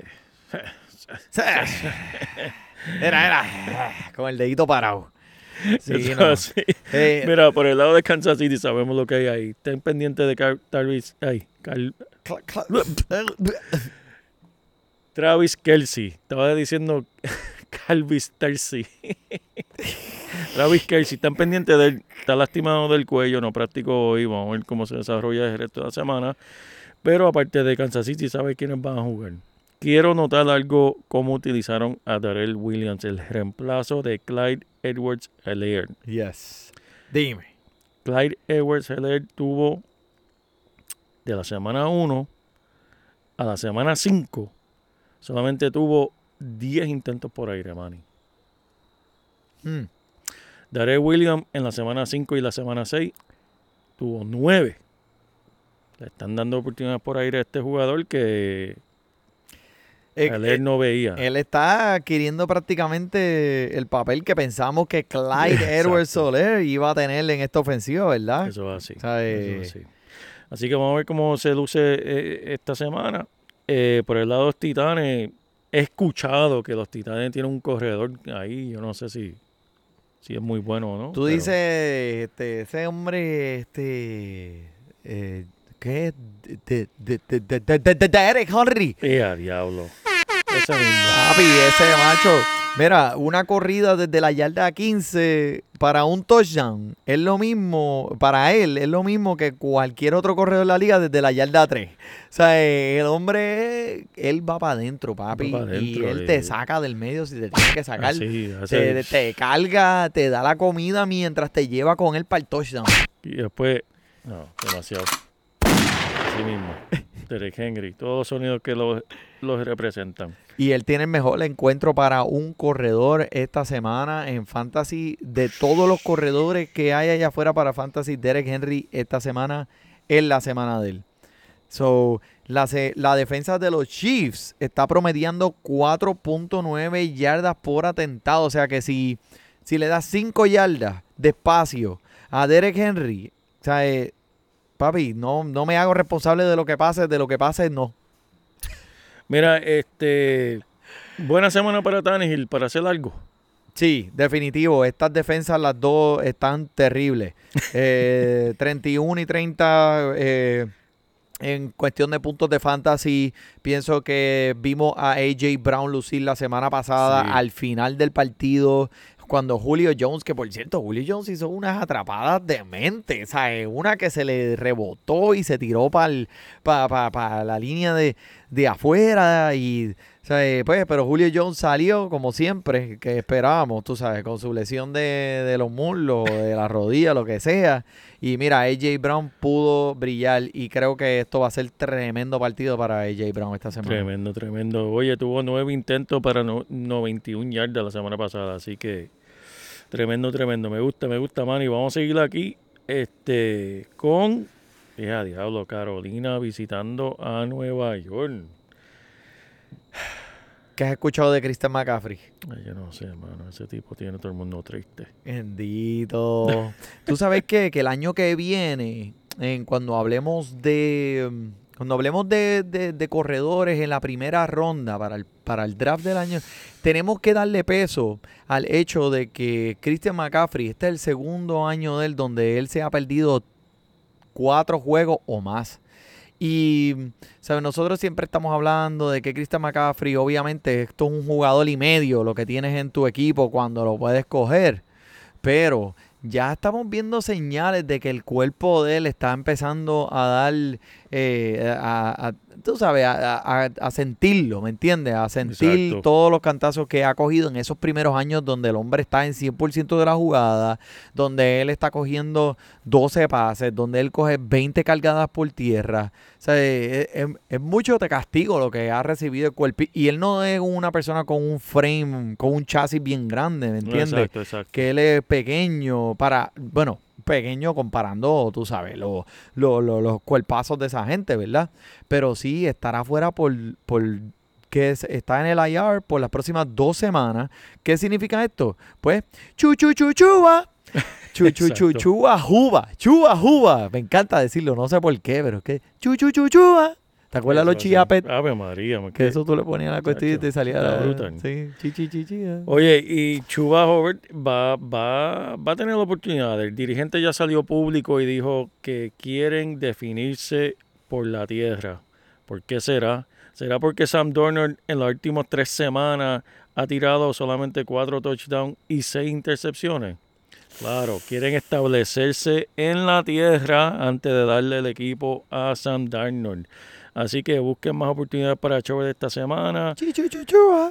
Era, era. Con el dedito parado. Sí, Eso no. así. Eh, Mira, por el lado de Kansas City sabemos lo que hay ahí. Estén pendientes de Car- Travis, ay, Car- cla- cla- Travis Kelce. Estaba diciendo Calvis Tercy. Travis Kelce, están pendientes de él. Está lastimado del cuello, no practicó hoy. Vamos a ver cómo se desarrolla el resto de la semana. Pero aparte de Kansas City, ¿sabe quiénes van a jugar? Quiero notar algo, cómo utilizaron a Darrell Williams, el reemplazo de Clyde Edwards-Helaire. Yes. Dime. Clyde Edwards-Helaire tuvo de la semana uno a la semana cinco, solamente tuvo diez intentos por aire, Manny. Mm. Darrell Williams en la semana cinco y la semana seis tuvo nueve. Le están dando oportunidades por aire a este jugador que Eh, Él eh, no veía. Él está adquiriendo prácticamente el papel que pensamos que Clyde Edwards Soler iba a tener en esta ofensiva, ¿verdad? Eso es así. O sea, eh, eso es así. Así que vamos a ver cómo se luce eh, esta semana. Eh, por el lado de los Titanes, he escuchado que los Titanes tienen un corredor ahí. Yo no sé si, si es muy bueno o no. Tú pero- dices, este, ese hombre, este, eh, ¿qué es? De, de, de, de, de, de, de Derek Henry. ¡Eh, a diablo! Ese mismo. Papi, ese macho. Mira, una corrida desde la yarda quince para un touchdown es lo mismo, para él, es lo mismo que cualquier otro corredor de la liga desde la yarda tres. O sea, eh, el hombre, él va para adentro, papi, Va pa' y dentro, él eh. te saca del medio si te tiene que sacar. Así, así. Te, te carga, te da la comida mientras te lleva con él para el touchdown. Y después, no, demasiado. Así mismo. Derek Henry, todos los sonidos que los, los representan. Y él tiene el mejor encuentro para un corredor esta semana en Fantasy. De todos los corredores que hay allá afuera para Fantasy, Derek Henry esta semana es la semana de él. So, la, se- la defensa de los Chiefs está promediando cuatro punto nueve yardas por atentado. O sea que si, si le das cinco yardas de espacio a Derek Henry, o sea, eh, papi, no, no me hago responsable de lo que pase, de lo que pase, no. Mira, este. Buena semana para Tannehill para hacer algo. Sí, definitivo. Estas defensas, las dos, están terribles. Eh, treinta y uno y treinta eh, en cuestión de puntos de fantasy. Pienso que vimos a A J Brown lucir la semana pasada Sí. al final del partido. Cuando Julio Jones, que por cierto, Julio Jones hizo unas atrapadas de mente, ¿sabes? Una que se le rebotó y se tiró para pa, pa, pa la línea de, de afuera. Y, ¿sabes? Pues, pero Julio Jones salió, como siempre, que esperábamos, tú sabes, con su lesión de, de los muslos, de la rodilla, lo que sea. Y mira, A J Brown pudo brillar y creo que esto va a ser tremendo partido para A J Brown esta semana. Tremendo, tremendo. Oye, tuvo nueve intentos para no- noventa y una yardas la semana pasada, así que tremendo, tremendo. Me gusta, me gusta, man. Y vamos a seguir aquí este, con, ya, diablo, Carolina visitando a Nueva York. ¿Qué has escuchado de Christian McCaffrey? Ay, yo no sé, mano. Ese tipo tiene todo el mundo triste. Bendito. Tú sabes qué? Que el año que viene, en cuando hablemos de mm, cuando hablemos de, de- de corredores en la primera ronda para el, para el draft del año, tenemos que darle peso al hecho de que Christian McCaffrey, este es el segundo año de él donde él se ha perdido cuatro juegos o más. Y, ¿sabes? Nosotros siempre estamos hablando de que Christian McCaffrey, obviamente, esto es un jugador y medio lo que tienes en tu equipo cuando lo puedes coger. Pero ya estamos viendo señales de que el cuerpo de él está empezando a dar, eh, a, a- tú sabes, a, a- a sentirlo, ¿me entiendes? A sentir Exacto. todos los cantazos que ha cogido en esos primeros años donde el hombre está en cien por ciento de la jugada, donde él está cogiendo doce pases, donde él coge veinte cargadas por tierra. O sea, es, es- es mucho de castigo lo que ha recibido el cuerpo. Y él no es una persona con un frame, con un chasis bien grande, ¿me entiendes? Exacto, exacto. Que él es pequeño para, bueno, pequeño comparando, tú sabes, lo- lo- lo- los cuerpazos de esa gente, ¿verdad? Pero sí estará fuera por, por que es- está en el I R por las próximas dos semanas. ¿Qué significa esto? Pues, chu chu chu chua. Chu chu chu Exacto. chua juba. Chua juba. Me encanta decirlo, no sé por qué, pero es que chu chu chu chua. ¿Te acuerdas los Eso, chiapet? sí. Ave María, me Que eso tú le ponías a la cuestión y te salía está la- brutal. Sí, chi chi chi chi. eh. Oye, y Chuba Hobart va, va, va a tener la oportunidad. El dirigente ya salió público y dijo que quieren definirse por la tierra. ¿Por qué será? ¿Será porque Sam Darnold en las últimas tres semanas ha tirado solamente cuatro touchdowns y seis intercepciones? Claro, quieren establecerse en la tierra antes de darle el equipo a Sam Darnold. Así que busquen más oportunidades para Chuba esta semana. Chi, chu, chu, chua.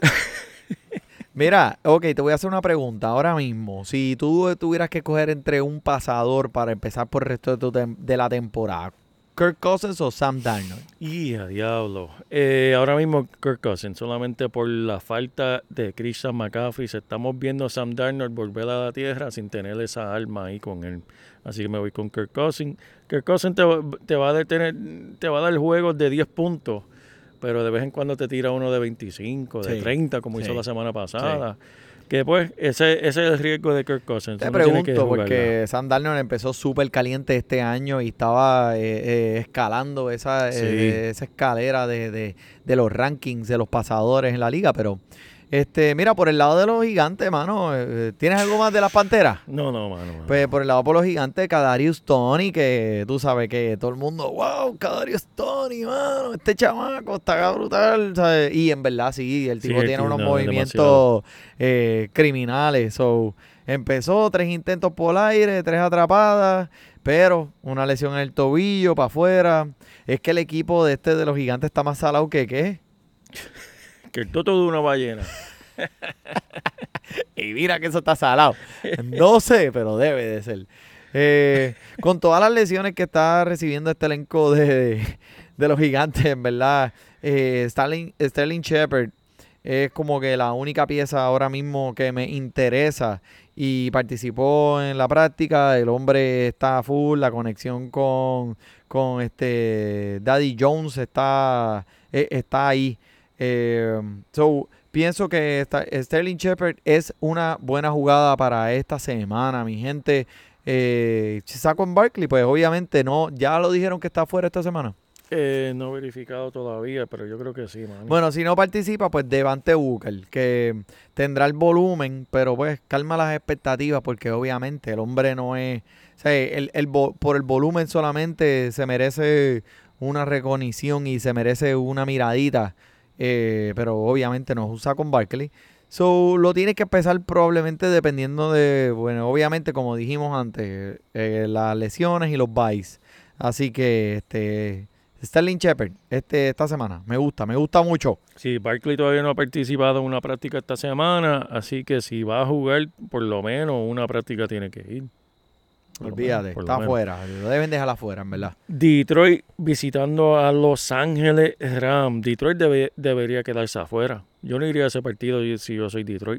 Mira, ok, te voy a hacer una pregunta ahora mismo. Si tú tuvieras que escoger entre un pasador para empezar por el resto de, tu tem- de la temporada, ¿Kirk Cousins o Sam Darnold? Y a diablo. Eh, ahora mismo Kirk Cousins, solamente por la falta de Christian McCaffrey, se estamos viendo a Sam Darnold volver a la tierra sin tener esa arma ahí con él. Así que me voy con Kirk Cousins. Kirk Cousins te, va- te va a detener, te va a dar juegos de diez puntos, pero de vez en cuando te tira uno de veinticinco, de Sí, treinta, como sí, hizo la semana pasada. Que pues, ese, ese es el riesgo de Kirk Cousins. Te Uno tiene que pregunto, jugarla. porque Sam Darnold empezó súper caliente este año y estaba eh, eh, escalando esa, Sí. eh, esa escalera de, de, de los rankings de los pasadores en la liga, pero este, mira, por el lado de los gigantes, mano, eh, ¿tienes algo más de las Panteras? No, no, mano. mano. Pues por el lado por los gigantes, Kadarius Toney, que tú sabes que todo el mundo, wow, Kadarius Toney, mano, este chamaco está brutal, ¿sabes? Y en verdad sí, el Sí, tipo el tiene tipo, unos no, movimientos eh, criminales. So, empezó tres intentos por el aire, tres atrapadas, pero una lesión en el tobillo para afuera. Es que el equipo de este de los gigantes está más salado que qué. Que el toto de una ballena. Y mira que eso está salado. No sé, pero debe de ser. Eh, con todas las lesiones que está recibiendo este elenco de, de los gigantes, en verdad, eh, Sterling, Sterling Shepard es como que la única pieza ahora mismo que me interesa y participó en la práctica. El hombre está full, la conexión con, con este Daddy Jones está, eh, está ahí. Eh, so, pienso que esta, Sterling Shepard es una buena jugada para esta semana, mi gente. Eh, Saquon Barkley, pues obviamente no, ya lo dijeron que está fuera esta semana. Eh, no he verificado todavía, pero yo creo que sí, man. Bueno, si no participa, pues Devante Booker, que tendrá el volumen, pero pues calma las expectativas porque obviamente el hombre no es, o sea, el, el, por el volumen solamente se merece una recognición y se merece una miradita. Eh, pero obviamente no usa con Barkley. So, lo tienes que empezar probablemente dependiendo de, bueno, obviamente como dijimos antes, eh, las lesiones y los buys. Así que, este, Sterling Shepard, este, esta semana, me gusta, me gusta mucho. Sí, Barkley todavía no ha participado en una práctica esta semana, así que si va a jugar, por lo menos una práctica tiene que ir. Por lo Olvídate, menos, por lo está menos. afuera, lo deben dejar afuera, en verdad. Detroit visitando a Los Ángeles Rams. Detroit debe- debería quedarse afuera. Yo no iría a ese partido si yo soy Detroit.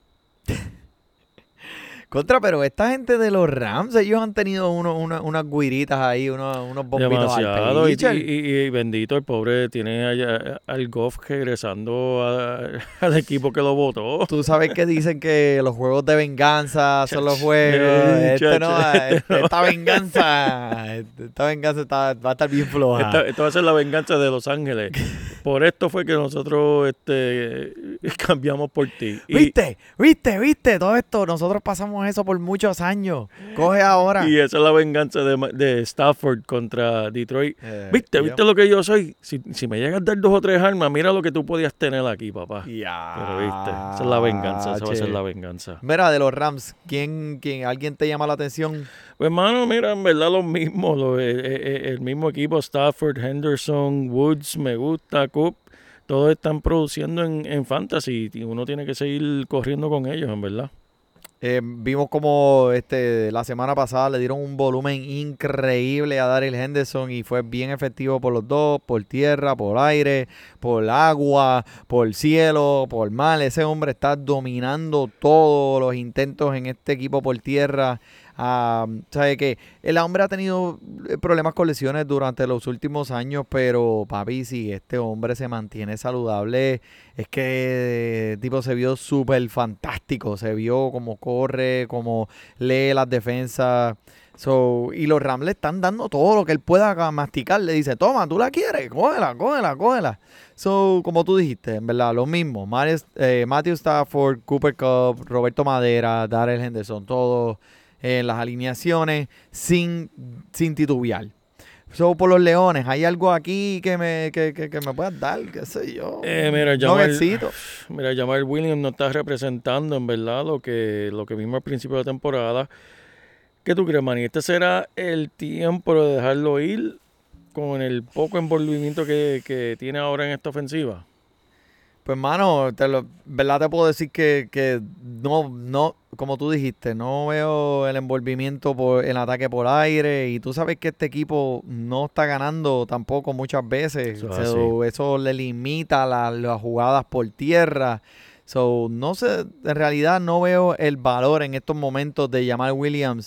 Contra, pero esta gente de los Rams, ellos han tenido uno, una- unas guiritas ahí, unos, unos bombitos Demasiado. al Y, pitcher. y- y- y bendito, el pobre tiene allá al Goff regresando a- al equipo que lo votó. Tú sabes que dicen que los juegos de venganza son los Chach, juegos. eh, Este no, chach, este este- esta venganza, esta venganza está- va a estar bien floja. Esta, esta va a ser la venganza de Los Ángeles. Por esto fue que nosotros este, cambiamos por ti. Y, ¿Viste? ¿Viste? ¿Viste? Todo esto, nosotros pasamos eso por muchos años. Coge ahora. y esa es la venganza de, Ma- de Stafford contra Detroit. Eh, ¿Viste? yo- ¿Viste lo que yo soy? Si, si me llegas a dar dos o tres armas, mira lo que tú podías tener aquí, papá. Ya. Pero viste, esa es la venganza, esa va a ser che. la venganza. Mira, de los Rams, ¿quién, quién, ¿alguien te llama la atención? Pues, hermano, mira, en verdad los mismos, los, eh, eh, el mismo equipo, Stafford, Henderson, Woods, me gusta, Coop, todos están produciendo en, en Fantasy y uno tiene que seguir corriendo con ellos, en verdad. Eh, vimos como este, la semana pasada le dieron un volumen increíble a Daryl Henderson y fue bien efectivo por los dos, por tierra, por aire, por agua, por cielo, por mar. Ese hombre está dominando todos los intentos en este equipo por tierra. Ah, ¿sabe qué? El hombre ha tenido problemas con lesiones durante los últimos años, pero papi, si este hombre se mantiene saludable, es que eh, tipo se vio súper fantástico, se vio como corre, como lee las defensas. So, y los Rams le están dando todo lo que él pueda masticar. Le dice, toma, tú la quieres, cógela, cógela, cógela. So, como tú dijiste, en verdad, lo mismo. Matthew, eh, Matthew Stafford, Cooper Kupp, Roberto Madera, Darrell Henderson, todos en las alineaciones sin, sin titubear. So, por los Leones, ¿hay algo aquí que me, que, que, que me puedas dar? ¿Qué sé yo? Eh, mira, no Jamal, éxito. mira, Jamal Williams no está representando, en verdad, lo que, lo que vimos al principio de la temporada. ¿Qué tú crees, Manny? ¿Este será el tiempo de dejarlo ir con el poco envolvimiento que, que tiene ahora en esta ofensiva? Pues, mano, te lo, verdad te puedo decir que, que no, no, como tú dijiste, no veo el envolvimiento por el ataque por aire y tú sabes que este equipo no está ganando tampoco muchas veces. Eso es So, eso le limita la- las jugadas por tierra. So, no sé, en realidad no veo el valor en estos momentos de Jamal Williams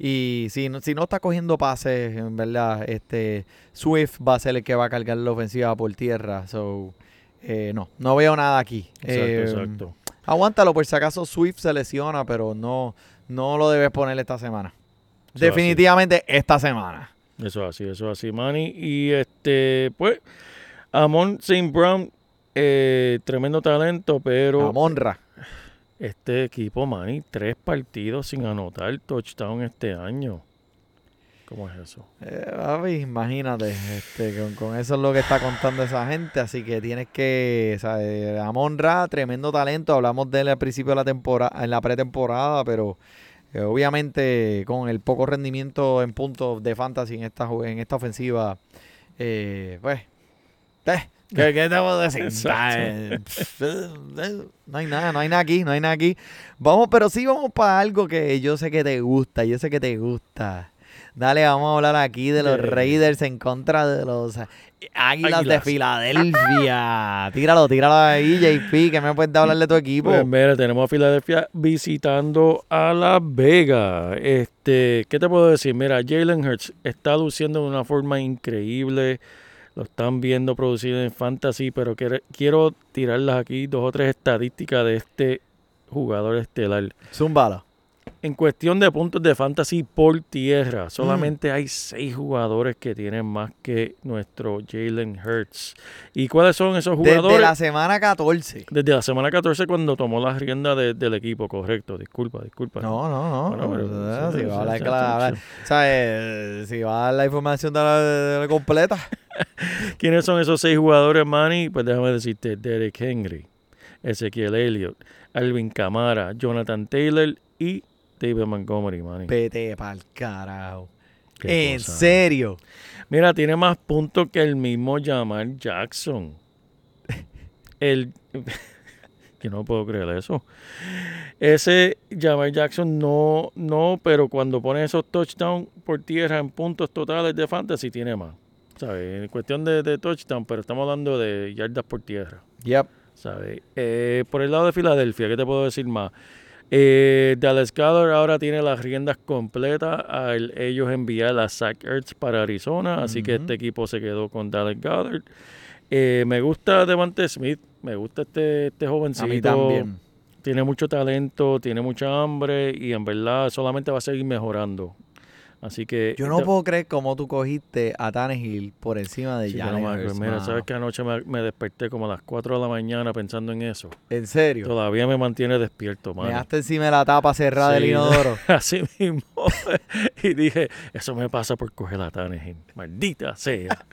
Y si no, si no está cogiendo pases, en verdad, este Swift va a ser el que va a cargar la ofensiva por tierra. So, eh, no, no veo nada aquí. Exacto, Eh, exacto. Aguántalo por si acaso Swift se lesiona, pero no, no lo debes poner esta semana. Eso Definitivamente esta semana. Eso es así, eso es así, Manny. Y este, pues, Amon Saint Brown, eh, tremendo talento, pero Amonra. este equipo, Manny, tres partidos sin anotar touchdown este año. ¿Cómo es eso? Eh, papi, imagínate, este, con, con eso es lo que está contando esa gente, así que tienes que, ¿sabes? Amon Ra, tremendo talento, hablamos de él al principio de la temporada, en la pretemporada, pero eh, obviamente con el poco rendimiento en puntos de fantasy en esta ju- en esta ofensiva, eh, pues, eh, ¿qué, qué te puedo decir? No hay nada, no hay nada aquí, no hay nada aquí. Vamos, pero sí vamos para algo que yo sé que te gusta, yo sé que te gusta. Dale, vamos a hablar aquí de los De- Raiders en contra de los Águilas, Águilas. de Filadelfia. Tíralo, tíralo ahí, J P, que me puedes hablar de tu equipo. Pues mira, tenemos a Filadelfia visitando a Las Vegas. Este, ¿qué te puedo decir? Mira, Jalen Hurts está luciendo de una forma increíble. Lo están viendo producir en fantasy, pero quiero, quiero tirarlas aquí dos o tres estadísticas de este jugador estelar. Zúmbalo. En cuestión de puntos de fantasy por tierra, solamente hay seis jugadores que tienen más que nuestro Jalen Hurts. ¿Y cuáles son esos jugadores? Desde la semana catorce. Desde la semana catorce cuando tomó las riendas de- del equipo, correcto. Disculpa, disculpa. No, no, no. Bueno, pero- Eh, sí, si sí, va a hablar sí, clara- sí. o sea, eh, si va a dar la información de la, de la completa. ¿Quiénes son esos seis jugadores, Manny? Pues déjame decirte, Derek Henry, Ezequiel Elliott, Alvin Kamara, Jonathan Taylor y David Montgomery, Manny. Vete pa'l carajo. Qué En cosa. serio. Mira, tiene más puntos que el mismo Jamar Jackson. El... que no puedo creer eso. Ese Jamar Jackson no, no, pero cuando pone esos touchdowns por tierra en puntos totales de fantasy, tiene más. ¿Sabes? En cuestión de, de touchdown, pero estamos hablando de yardas por tierra. Yep. ¿Sabes? Eh, por el lado de Filadelfia, ¿qué te puedo decir más? Eh, Dallas Goedert ahora tiene las riendas completas al ellos enviar a Zach Ertz para Arizona, así que Ujú. este equipo se quedó con Dallas Goedert. Eh, me gusta Devante Smith, me gusta este, este A jovencito. mí también. Tiene mucho talento, tiene mucha hambre y en verdad solamente va a seguir mejorando. Así que... Yo no puedo creer cómo tú cogiste a Tannehill por encima de Sí, yo Jalen no me- Hurts, mira, mano. sabes que anoche me, me desperté como a las cuatro de la mañana pensando en eso. En serio. Todavía me mantiene despierto, Me mano. dejaste encima de la tapa cerrada del Sí, inodoro. Así mismo. Y dije, eso me pasa por coger la Tannehill. Maldita sea.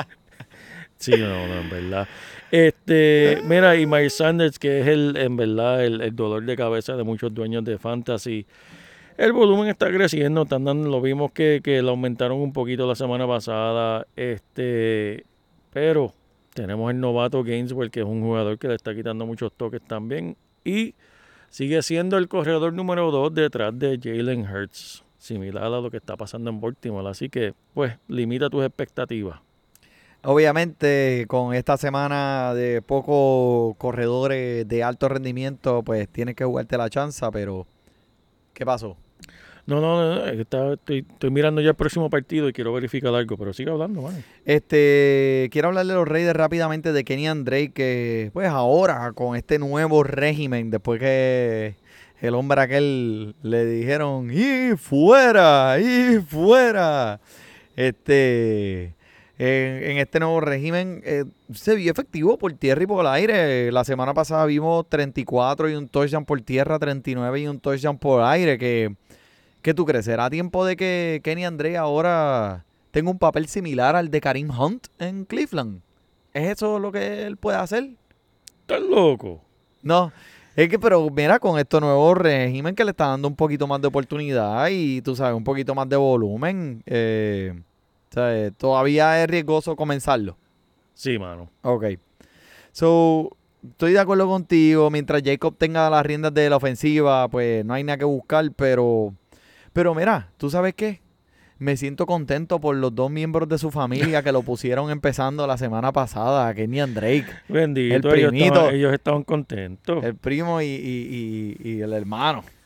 Sí, no, no, en verdad. Este, mira, y Miles Sanders, que es el, en verdad, el, el dolor de cabeza de muchos dueños de fantasy. El volumen está creciendo, están dando, lo vimos que, que lo aumentaron un poquito la semana pasada. Este, pero tenemos el novato Gainsbourg, que es un jugador que le está quitando muchos toques también. Y sigue siendo el corredor número dos detrás de Jalen Hurts, similar a lo que está pasando en Baltimore. Así que, pues, limita tus expectativas. Obviamente, con esta semana de pocos corredores de alto rendimiento, pues tienes que jugarte la chanza, pero ¿qué pasó? No, no, no, no, es que está- estoy, estoy mirando ya el próximo partido y quiero verificar algo, pero sigue hablando, mano. Este, quiero hablarle a los Raiders rápidamente de Kenyan Drake, que pues ahora con este nuevo régimen, después que el hombre aquel le dijeron, ¡y fuera! ¡y fuera! Este, en, en este nuevo régimen eh, se vio efectivo por tierra y por el aire. La semana pasada vimos treinta y cuatro y un touchdown por tierra, treinta y nueve y un touchdown por aire. Que, ¿Qué tú crees? ¿Será tiempo de que Kenny Drake ahora tenga un papel similar al de Kareem Hunt en Cleveland? ¿Es eso lo que él puede hacer? ¿Estás loco? No, es que, pero mira, con este nuevo régimen que le está dando un poquito más de oportunidad y tú sabes, un poquito más de volumen, eh, ¿sabes? Todavía es riesgoso comenzarlo. Sí, mano. Ok. So, estoy de acuerdo contigo. Mientras Jacob tenga las riendas de la ofensiva, pues no hay nada que buscar, pero, pero mira, ¿tú sabes qué? Me siento contento por los dos miembros de su familia que lo pusieron empezando la semana pasada, Kenyan Drake. Bendito, El ellos, primito. estaban, ellos estaban contentos. El primo y, y- y- y el hermano.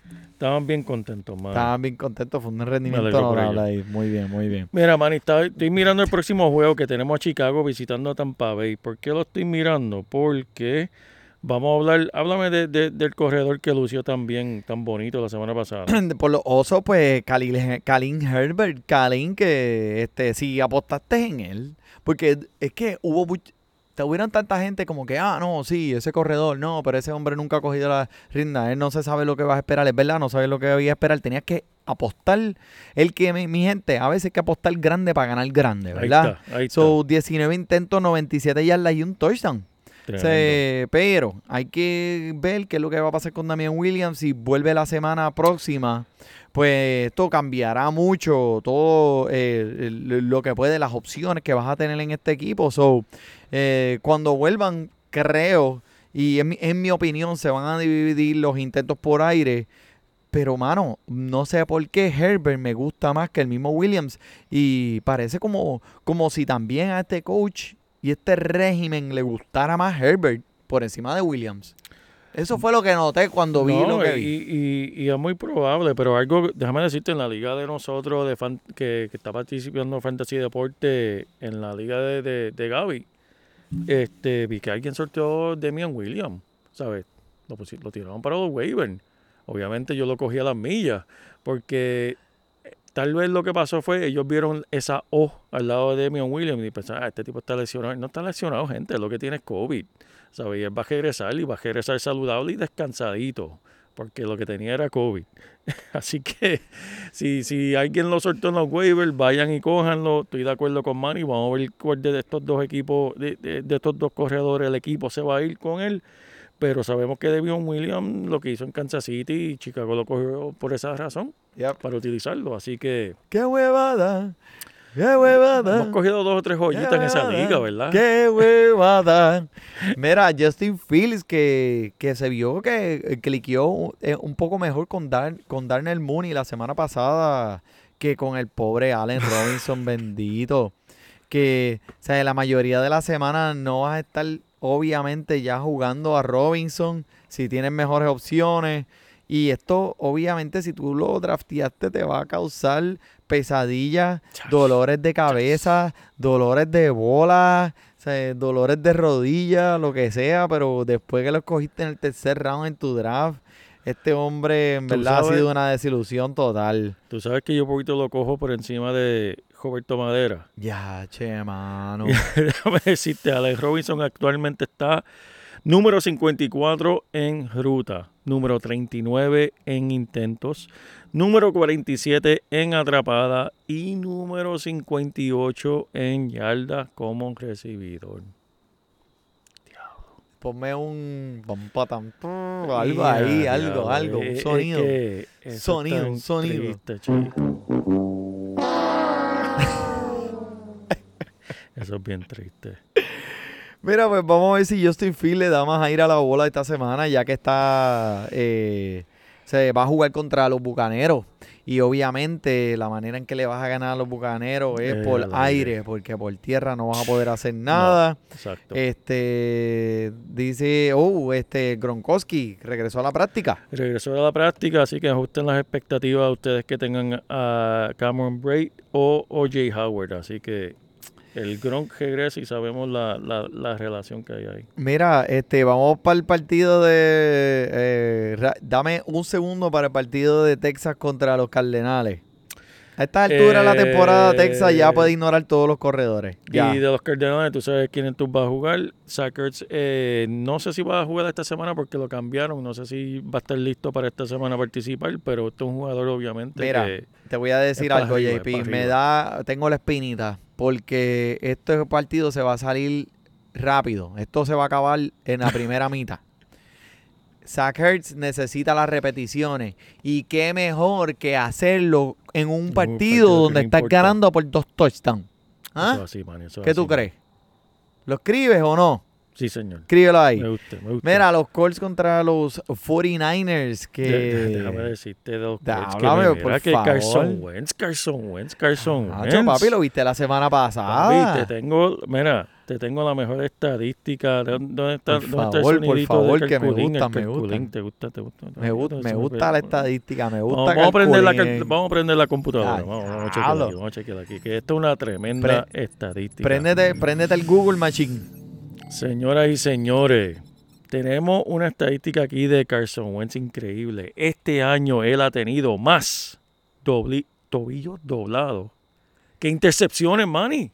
Estaban bien contentos, mano. Estaban bien contentos, fue un rendimiento alegro por notable ellos. ahí. Muy bien, muy bien. Mira, man, está- estoy mirando el próximo juego que tenemos a Chicago visitando a Tampa Bay. ¿Por qué lo estoy mirando? Porque vamos a hablar, háblame de- de- del corredor que lució tan bien, tan bonito la semana pasada. Por los osos, pues, Khalil, Khalil Herbert, Khalil, que este, si apostaste en él, porque es que hubo, much- te hubieran tanta gente como que, ah, no, sí, ese corredor, no, pero ese hombre nunca ha cogido la rinda, él no se sabe lo que vas a esperar, es verdad, no sabes lo que voy a esperar, tenías que apostar, el que, mi, mi gente, a veces hay que apostar grande para ganar grande, Ahí ¿verdad? está, ahí está. So, diecinueve intentos, noventa y siete yardas y un touchdown. Tremendo. Se- pero hay que ver qué es lo que va a pasar con Damian Williams. Si vuelve la semana próxima, pues esto cambiará mucho todo eh, el- lo que puede, las opciones que vas a tener en este equipo. So, eh, cuando vuelvan, creo, y en mi, en mi opinión, se van a dividir los intentos por aire. Pero, mano, no sé por qué Herbert me gusta más que el mismo Williams. Y parece como, como si también a este coach y este régimen le gustara más Herbert por encima de Williams. Eso fue lo que noté cuando vi No, lo que y, vi. y- y es muy probable, pero algo, déjame decirte, en la liga de nosotros, de fan- que, que está participando en Fantasy Deporte, en la liga de, de, de Gaby, este, vi que alguien sorteó Damian Williams, ¿sabes? Lo, pusi- lo tiraron para los waivers. Obviamente yo lo cogí a las millas, porque eh, tal vez lo que pasó fue, ellos vieron esa O al lado de Damian Williams y pensaron, ah, este tipo está lesionado. No está lesionado, gente, lo que tiene es COVID, ¿sabes? Y él va a regresar y va a regresar saludable y descansadito, porque lo que tenía era COVID. Así que si, si alguien lo soltó en los waivers, vayan y cójanlo. Estoy de acuerdo con Manny. Vamos a ver cuál de estos dos equipos, de, de- de estos dos corredores, el equipo se va a ir con él. Pero sabemos que Damian Williams lo que hizo en Kansas City y Chicago lo cogió por esa razón, Yep. para utilizarlo. Así que ¡Qué huevada! ¡Qué huevada! hemos cogido dos o tres joyitas en esa liga, ¿verdad? ¡Qué huevada! Mira, Justin Fields que, que se vio que eh, cliqueó eh, un poco mejor con, Dar, con Darnell Mooney la semana pasada que con el pobre Allen Robinson, bendito. Que, o sea, la mayoría de la semana no vas a estar, obviamente, ya jugando a Robinson si tienes mejores opciones. Y esto, obviamente, si tú lo drafteaste, te va a causar pesadillas, dolores de cabeza, dolores de bola, o sea, dolores de rodilla, lo que sea. Pero después que lo escogiste en el tercer round en tu draft, este hombre en Tú verdad ha sabes- sido una desilusión total. Tú sabes que yo poquito lo cojo por encima de Roberto Madera. Ya, che, mano. Déjame decirte, Alex Robinson actualmente está número cincuenta y cuatro en ruta, número treinta y nueve en intentos, número cuarenta y siete en atrapada y número cincuenta y ocho en yardas como recibidor. Ponme un pam, pa, tam, tu, algo Ya, ahí, ya, algo, algo, un es- es sonido. que eso Sonido, está un bien sonido. triste, chico. Eso es bien triste. Mira, pues vamos a ver si Justin Fields le da más aire a la bola esta semana, ya que está eh, se va a jugar contra los Bucaneros. Y obviamente la manera en que le vas a ganar a los Bucaneros es Eh, por al aire, aire. porque por tierra no vas a poder hacer nada. Exacto. Este dice, oh, este Gronkowski regresó a la práctica. Regresó a la práctica, así que ajusten las expectativas a ustedes que tengan a Cameron Braid o O J Howard. Así que el Gronk regresa y sabemos la, la, la relación que hay ahí. Mira, este, vamos para el partido de... eh, ra- dame un segundo para el partido de Texas contra los Cardenales. A esta altura de la temporada, Eh, Texas ya puede ignorar todos los corredores. Ya. Y de los Cardenales, tú sabes quién tú vas a jugar. Sackers, eh, no sé si va a jugar esta semana porque lo cambiaron. No sé si va a estar listo para esta semana participar, pero este es un jugador obviamente Mira, que... te voy a decir es para algo, arriba, J es P. para Me arriba. da... Tengo la espinita porque este partido se va a salir rápido. Esto se va a acabar en la primera mitad. Zach Ertz necesita las repeticiones. Y qué mejor que hacerlo en un un partido partido que donde no estás importa. ganando por dos touchdowns. ¿Ah? Eso es así, man, eso es ¿Qué tú así. crees? ¿Lo escribes o no? Sí, señor. Escríbelo ahí. Me gusta, me gusta. Mira, los Colts contra los cuarenta y nueve ers que... De- de- déjame decirte de los Da- Colts que háblame, me- mira por que favor. Carson Wentz, Carson Wentz, Carson Nacho, Wentz. papi, lo viste la semana pasada. Papi, te tengo, mira, te tengo la mejor estadística. ¿De ¿Dónde está, Por dónde está el favor, por sonidito favor, de que me calculín? gustan, El me calculín, gustan. ¿Te gusta? ¿Te gusta? Me, gu- me Eso gusta la estadística, me gusta Vamos, vamos, a prender la, calculín. cal- vamos a prender la computadora. Ay, vamos, vamos a chequear diablo. aquí, vamos a chequear aquí. Que esto es una tremenda estadística. Préndete, préndete el Google Machine. Señoras y señores, tenemos una estadística aquí de Carson Wentz increíble. Este año él ha tenido más dobli- tobillos doblados que intercepciones, Manny.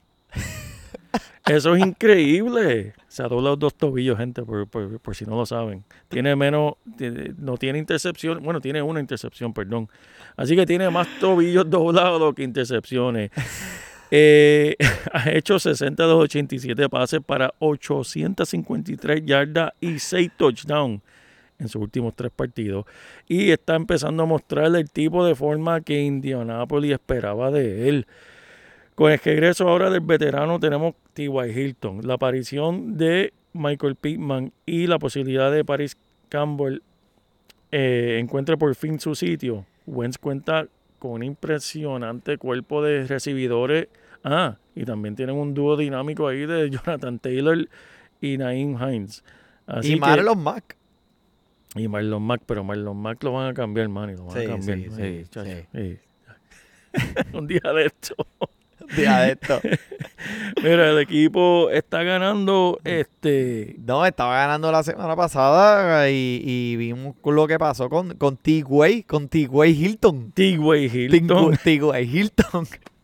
Eso es increíble. Se ha doblado dos tobillos, gente, por, por- por si no lo saben. Tiene menos, tiene- no tiene intercepción, bueno, tiene una intercepción, perdón. Así que tiene más tobillos doblados que intercepciones. Eh, ha hecho sesenta de los ochenta y siete pases para ochocientas cincuenta y tres yardas y seis touchdowns en sus últimos tres partidos. Y está empezando a mostrar el tipo de forma que Indianapolis esperaba de él. Con el regreso ahora del veterano tenemos T Y Hilton, la aparición de Michael Pittman y la posibilidad de Paris Campbell eh, encuentre por fin su sitio. Wentz cuenta con un impresionante cuerpo de recibidores. Ah, y también tienen un dúo dinámico ahí de Jonathan Taylor y Naeem Hines. Así Y que- Marlon Mack. y Marlon Mack, pero Marlon Mack lo van a cambiar, man, y lo van Sí, a cambiar. sí, sí, Ey, chacho, sí. ey. Un día de esto. Día de esto. Mira, el equipo está ganando este No, estaba ganando la semana pasada y, y vimos lo que pasó con, con T-Way, con T-Way Hilton. T-Way Hilton. T-Way Hilton.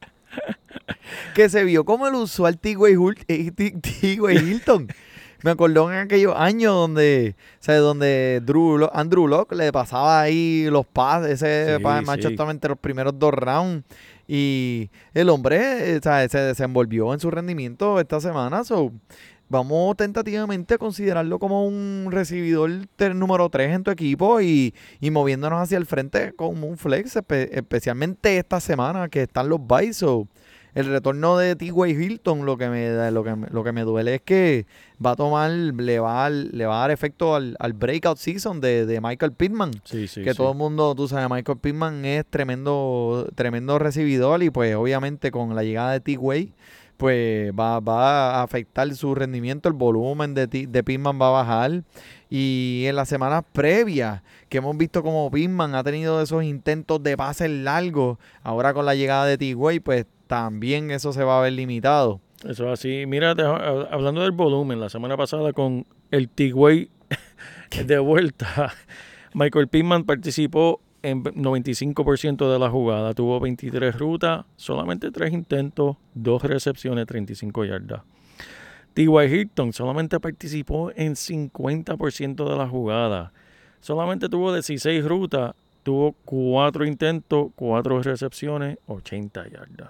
Que se vio como el usual T-Way Hul- eh, T- T-Way Hilton. Me acordó en aquellos años donde, o sea, donde Drew, Lo- Andrew Locke le pasaba ahí los pases, ese Sí, pase sí. macho exactamente los primeros dos rounds. Y el hombre eh, o sea, se desenvolvió en su rendimiento esta semana. So, vamos tentativamente a considerarlo como un recibidor ter- número tres en tu equipo y, y moviéndonos hacia el frente como un flex, espe- especialmente esta semana que están los byes. So, el retorno de T Y Hilton, lo que me da- lo que, me- lo que me duele es que va a tomar, le va a, le va a dar efecto al, al breakout season de, de Michael Pittman. Sí, sí, que sí. todo el mundo, tú sabes, Michael Pittman es tremendo, tremendo recibidor y pues obviamente con la llegada de T-Way, pues va, va a afectar su rendimiento, el volumen de, T- de Pittman va a bajar. Y en las semanas previas que hemos visto como Pittman ha tenido esos intentos de pases largos, ahora con la llegada de T-Way, pues también eso se va a ver limitado. Eso es así. Mira, te- hab- hablando del volumen, la semana pasada con el T-Way de vuelta, Michael Pittman participó en noventa y cinco por ciento de la jugada. Tuvo veintitrés rutas, solamente tres intentos, dos recepciones, treinta y cinco yardas. T Y Hilton solamente participó en cincuenta por ciento de la jugada. Solamente tuvo dieciséis rutas, tuvo cuatro intentos, cuatro recepciones, ochenta yardas.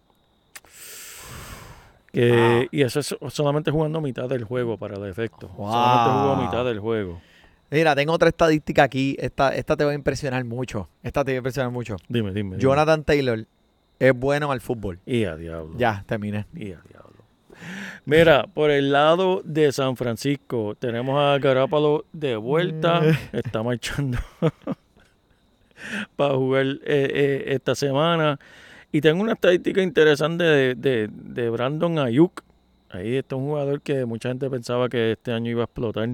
Que- Y eso es solamente jugando mitad del juego para el efecto. Wow. Solamente jugó mitad del juego. Mira, tengo otra estadística aquí. Esta, esta te va a impresionar mucho. Esta te va a impresionar mucho. Dime, dime. dime. Jonathan Taylor es bueno al fútbol. Y a diablo. Ya, terminé. Y a diablo. Mira, por el lado de San Francisco, tenemos a Garoppolo de vuelta. Está marchando para jugar eh, eh, esta semana. Y tengo una estadística interesante de, de, de Brandon Ayuk. Ahí está un jugador que mucha gente pensaba que este año iba a explotar.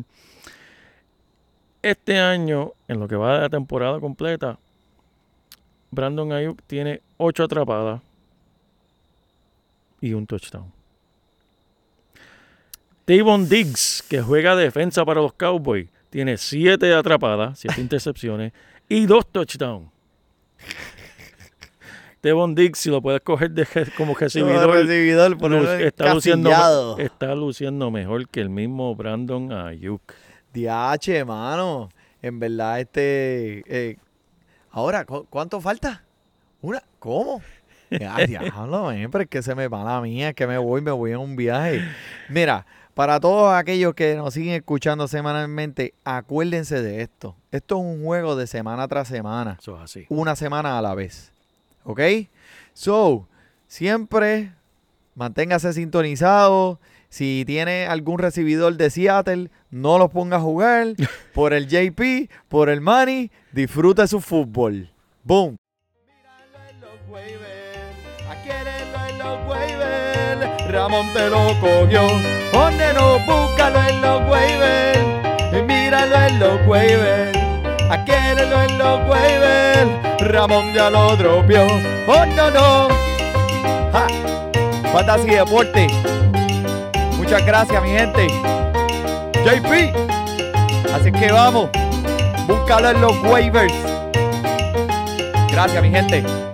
Este año, en lo que va de la temporada completa, Brandon Ayuk tiene ocho atrapadas y un touchdown. Tavon Diggs, que juega defensa para los Cowboys, tiene siete atrapadas, siete intercepciones y dos touchdowns. Tavon Diggs, si lo puedes coger de, como recibidor, recibidor lu- ponerlo está, luciendo, encasillado. está luciendo mejor que el mismo Brandon Ayuk. Diache, mano. En verdad, este... eh, ahora, ¿cu- ¿cuánto falta? ¿Una? ¿Cómo? Ya, diablo, eh, pero es que se me va la mía, es que me voy, me voy en un viaje. Mira, para todos aquellos que nos siguen escuchando semanalmente, acuérdense de esto. Esto es un juego de semana tras semana. Eso es así. Una semana a la vez. ¿Ok? So, siempre manténgase sintonizado. Si tiene algún recibidor de Seattle, no los ponga a jugar. Por el J P, por el Manny, disfrute su fútbol. Boom. Ramón te lo cogió. Donde no, búscalo en los waivers. Y míralo en los waivers. Aquérelo en los waivers. Ramón ya lo dropeó. Oh no no. Ja. Fantasy Deporte. Muchas gracias, mi gente. J P. Así que vamos. Búscalo en los waivers. Gracias, mi gente.